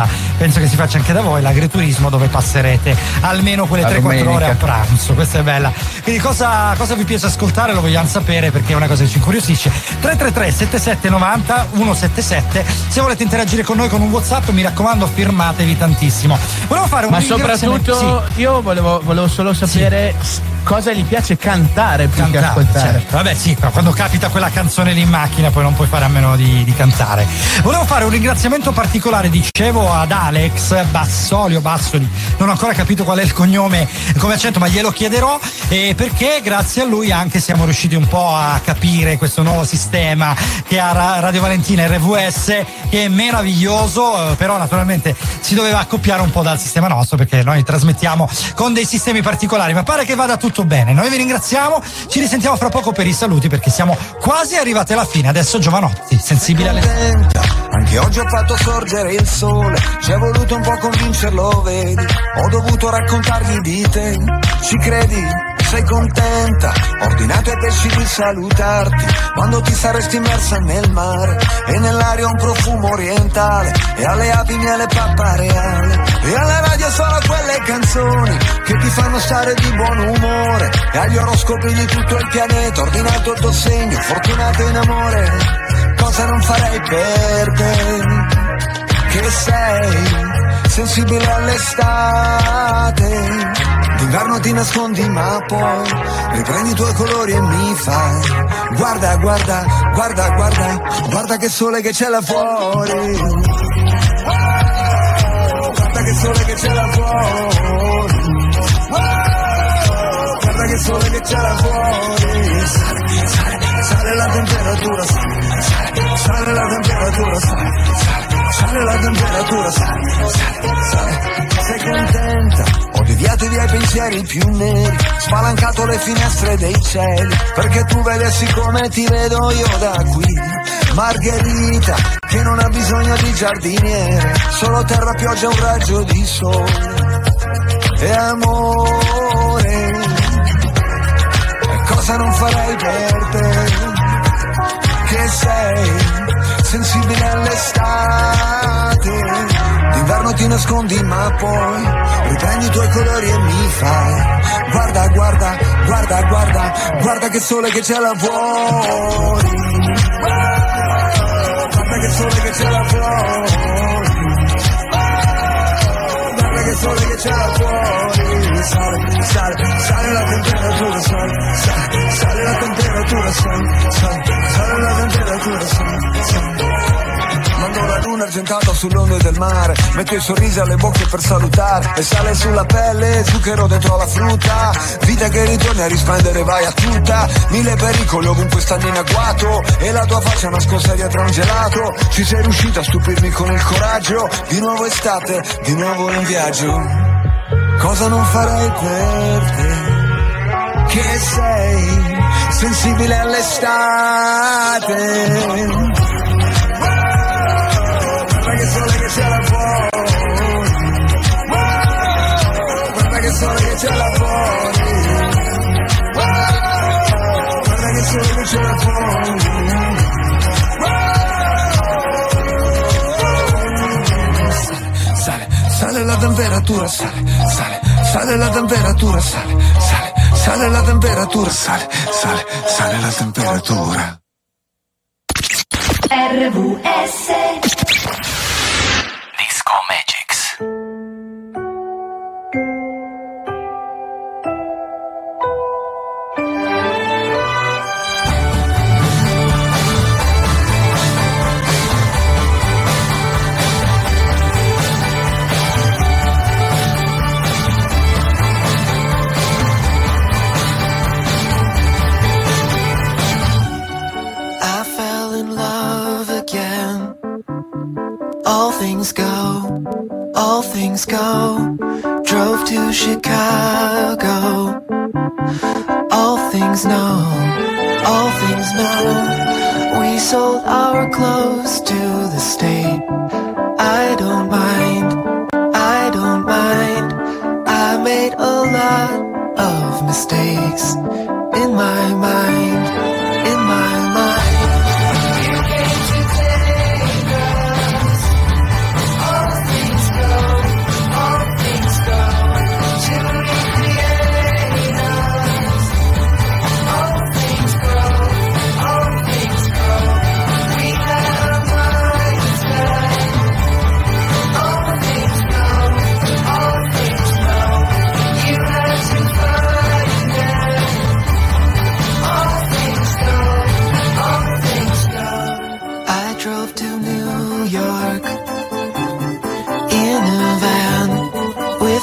penso che si faccia anche da voi l'agriturismo, dove passerete almeno quelle 3-4 ore a pranzo. Questa è bella. Quindi cosa vi piace ascoltare? Lo vogliamo sapere, perché è una cosa che ci incuriosisce. 333 7790 177. Se volete interagire con noi con un WhatsApp, mi raccomando, firmatevi tantissimo. Volevo fare un soprattutto io volevo solo sapere cosa gli piace cantare più che ascoltare. Certo. Vabbè, sì, però quando capita quella canzone lì in macchina poi non puoi fare a meno di cantare. Volevo fare un ringraziamento particolare, dicevo, ad Alex Bassoli, non ho ancora capito qual è il cognome come accento, ma glielo chiederò, perché grazie a lui anche siamo riusciti un po' a capire questo nuovo sistema che ha Radio Valentina RVS, che è meraviglioso, però naturalmente si doveva accoppiare un po' dal sistema nostro, perché noi trasmettiamo con dei sistemi particolari, ma pare che vada tutto bene. Noi vi ringraziamo, ci risentiamo fra poco per i saluti, perché siamo quasi arrivati alla fine. Adesso Giovanotti, sensibile alle... Anche oggi ho fatto sorgere il sole, ci è voluto un po' convincerlo, vedi. Ho dovuto raccontargli di te, ci credi? Sei contenta? Ho ordinato ai pesci di salutarti quando ti saresti immersa nel mare, e nell'aria un profumo orientale, e alle api miele pappareale, e alla radio solo quelle canzoni che ti fanno stare di buon umore, e agli oroscopi di tutto il pianeta ho ordinato il tuo segno, fortunato in amore. Cosa non farei per te, che sei sensibile all'estate. D'inverno ti nascondi ma poi riprendi i tuoi colori e mi fai guarda, guarda, guarda, guarda, guarda che sole che c'è là fuori. Guarda che sole che c'è là fuori. Guarda che sole che c'è là fuori. Sale la temperatura, sale la temperatura, sale la temperatura, sale. Sei contenta? Ho deviato i miei pensieri più neri, spalancato le finestre dei cieli, perché tu vedessi come ti vedo io da qui. Margherita, che non ha bisogno di giardiniere, solo terra, pioggia, un raggio di sole e amore. Cosa non farei per te, che sei sensibile all'estate. D'inverno ti nascondi ma poi riprendi i tuoi colori e mi fai guarda, guarda, guarda, guarda, guarda che sole che c'è là fuori. Guarda che sole che c'è là fuori. Guarda che sole che c'è là fuori. Sale, sale, sale la temperatura, sale, sale, sale la temperatura, sale, sale, sale la temperatura, sale, sale. Mando la luna argentata sull'onde del mare, metto i sorrisi alle bocche per salutare, e sale sulla pelle, zucchero dentro la frutta, vita che ritorni a risplendere, vai a tutta, mille pericoli ovunque stanno in agguato, e la tua faccia nascosta dietro un gelato. Ci sei riuscita a stupirmi con il coraggio, di nuovo estate, di nuovo in viaggio. Cosa non farei per te, che sei sensibile all'estate. Guarda che sole che c'è là fuori. Guarda che sole che c'è là fuori. Guarda che sole che c'è là fuori. Sale, sale la temperatura, sale, sale, sale la temperatura, sale, sale, sale la temperatura, sale, sale, sale la temperatura. RVS Disco Magics. All things go. Drove to Chicago. All things know, all things know. We sold our clothes to the state. I don't mind, I don't mind. I made a lot of mistakes in my mind, in my mind. You came to take us. All things go.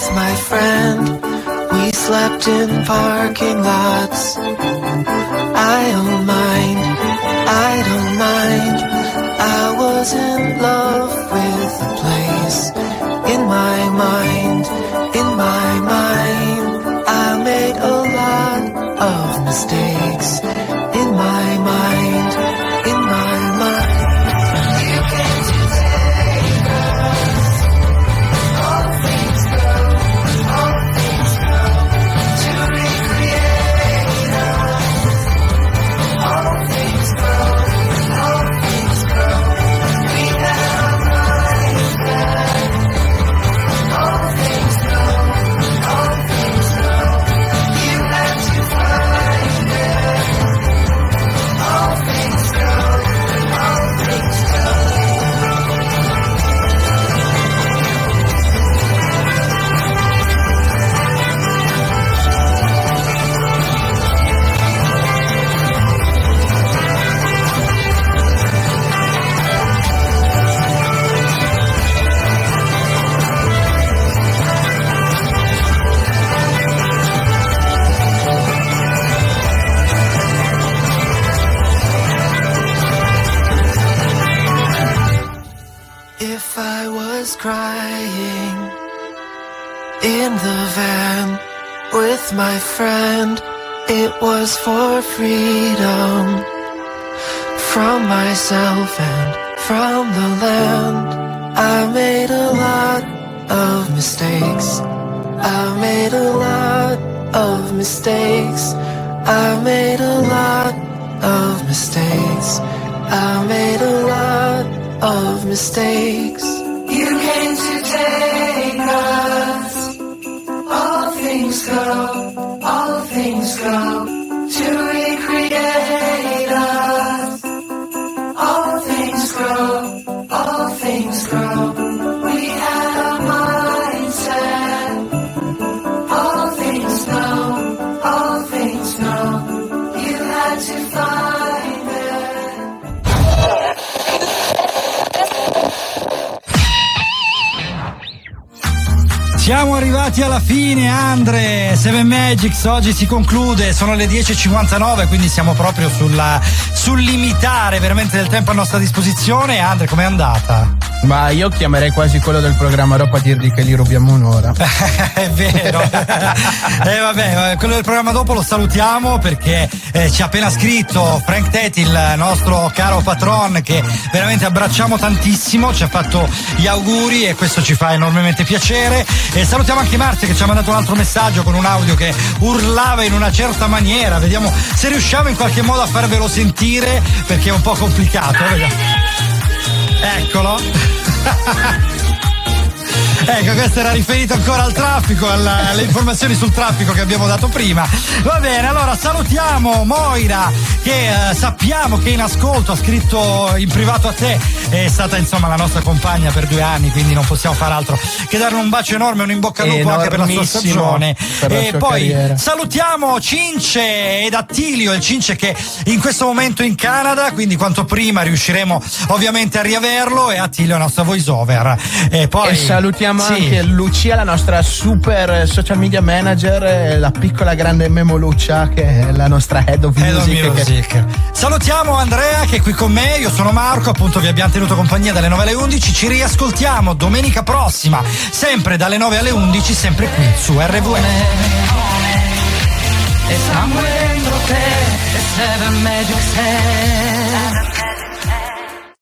with my friend. We slept in parking lots. I don't mind, I don't mind. I was in love with the place. In my mind, in my mind, I made a lot of mistakes. In my mind, in my mind. You came to take us. All things go, all things go. To recreate us. All things go, all things go. We had our minds set. All things go, all things go. You had to find it. All things go, all things go. If I was crying in the van with my friend, it was for freedom from myself and from the land. I made a lot of mistakes. I made a lot of mistakes. I made a lot of mistakes. I made a lot of mistakes. You came to take us. All things go, all things go. To recreate us. All things grow, all things grow. We had a mindset. All things know, all things know. You had to find it. Siamo arrivati alla fine, Andre. Seven Magics oggi si conclude, sono le 10:59, quindi siamo proprio sul limitare veramente del tempo a nostra disposizione. Andre, com'è andata? Ma io chiamerei quasi quello del programma dopo a dirgli che gli rubiamo un'ora. È vero. Vabbè, quello del programma dopo lo salutiamo perché ci ha appena scritto Frank Teti, il nostro caro patron, che veramente abbracciamo tantissimo, ci ha fatto gli auguri e questo ci fa enormemente piacere. E salutiamo anche Marzia che ci ha mandato un altro messaggio con un audio che urlava in una certa maniera. Vediamo se riusciamo in qualche modo a farvelo sentire perché è un po' complicato. Eccolo. Ecco, questo era riferito ancora al traffico, alle informazioni sul traffico che abbiamo dato prima. Va bene, allora salutiamo Moira che sappiamo che è in ascolto, ha scritto in privato a te, è stata insomma la nostra compagna per 2 anni, quindi non possiamo far altro che darle un bacio enorme, un in bocca al lupo anche per la sua stagione. E poi carriera. Salutiamo Cince ed Attilio, il Cince che in questo momento è in Canada, quindi quanto prima riusciremo ovviamente a riaverlo, e Attilio è la nostra voice over. E poi salutiamo anche Lucia, la nostra super social media manager, la piccola grande Memo Lucia che è la nostra head of music. Salutiamo Andrea che è qui con me, io sono Marco, appunto vi abbiamo tenuto compagnia dalle 9 alle 11, ci riascoltiamo domenica prossima sempre dalle 9 alle 11, sempre qui su RVS. Seven Magics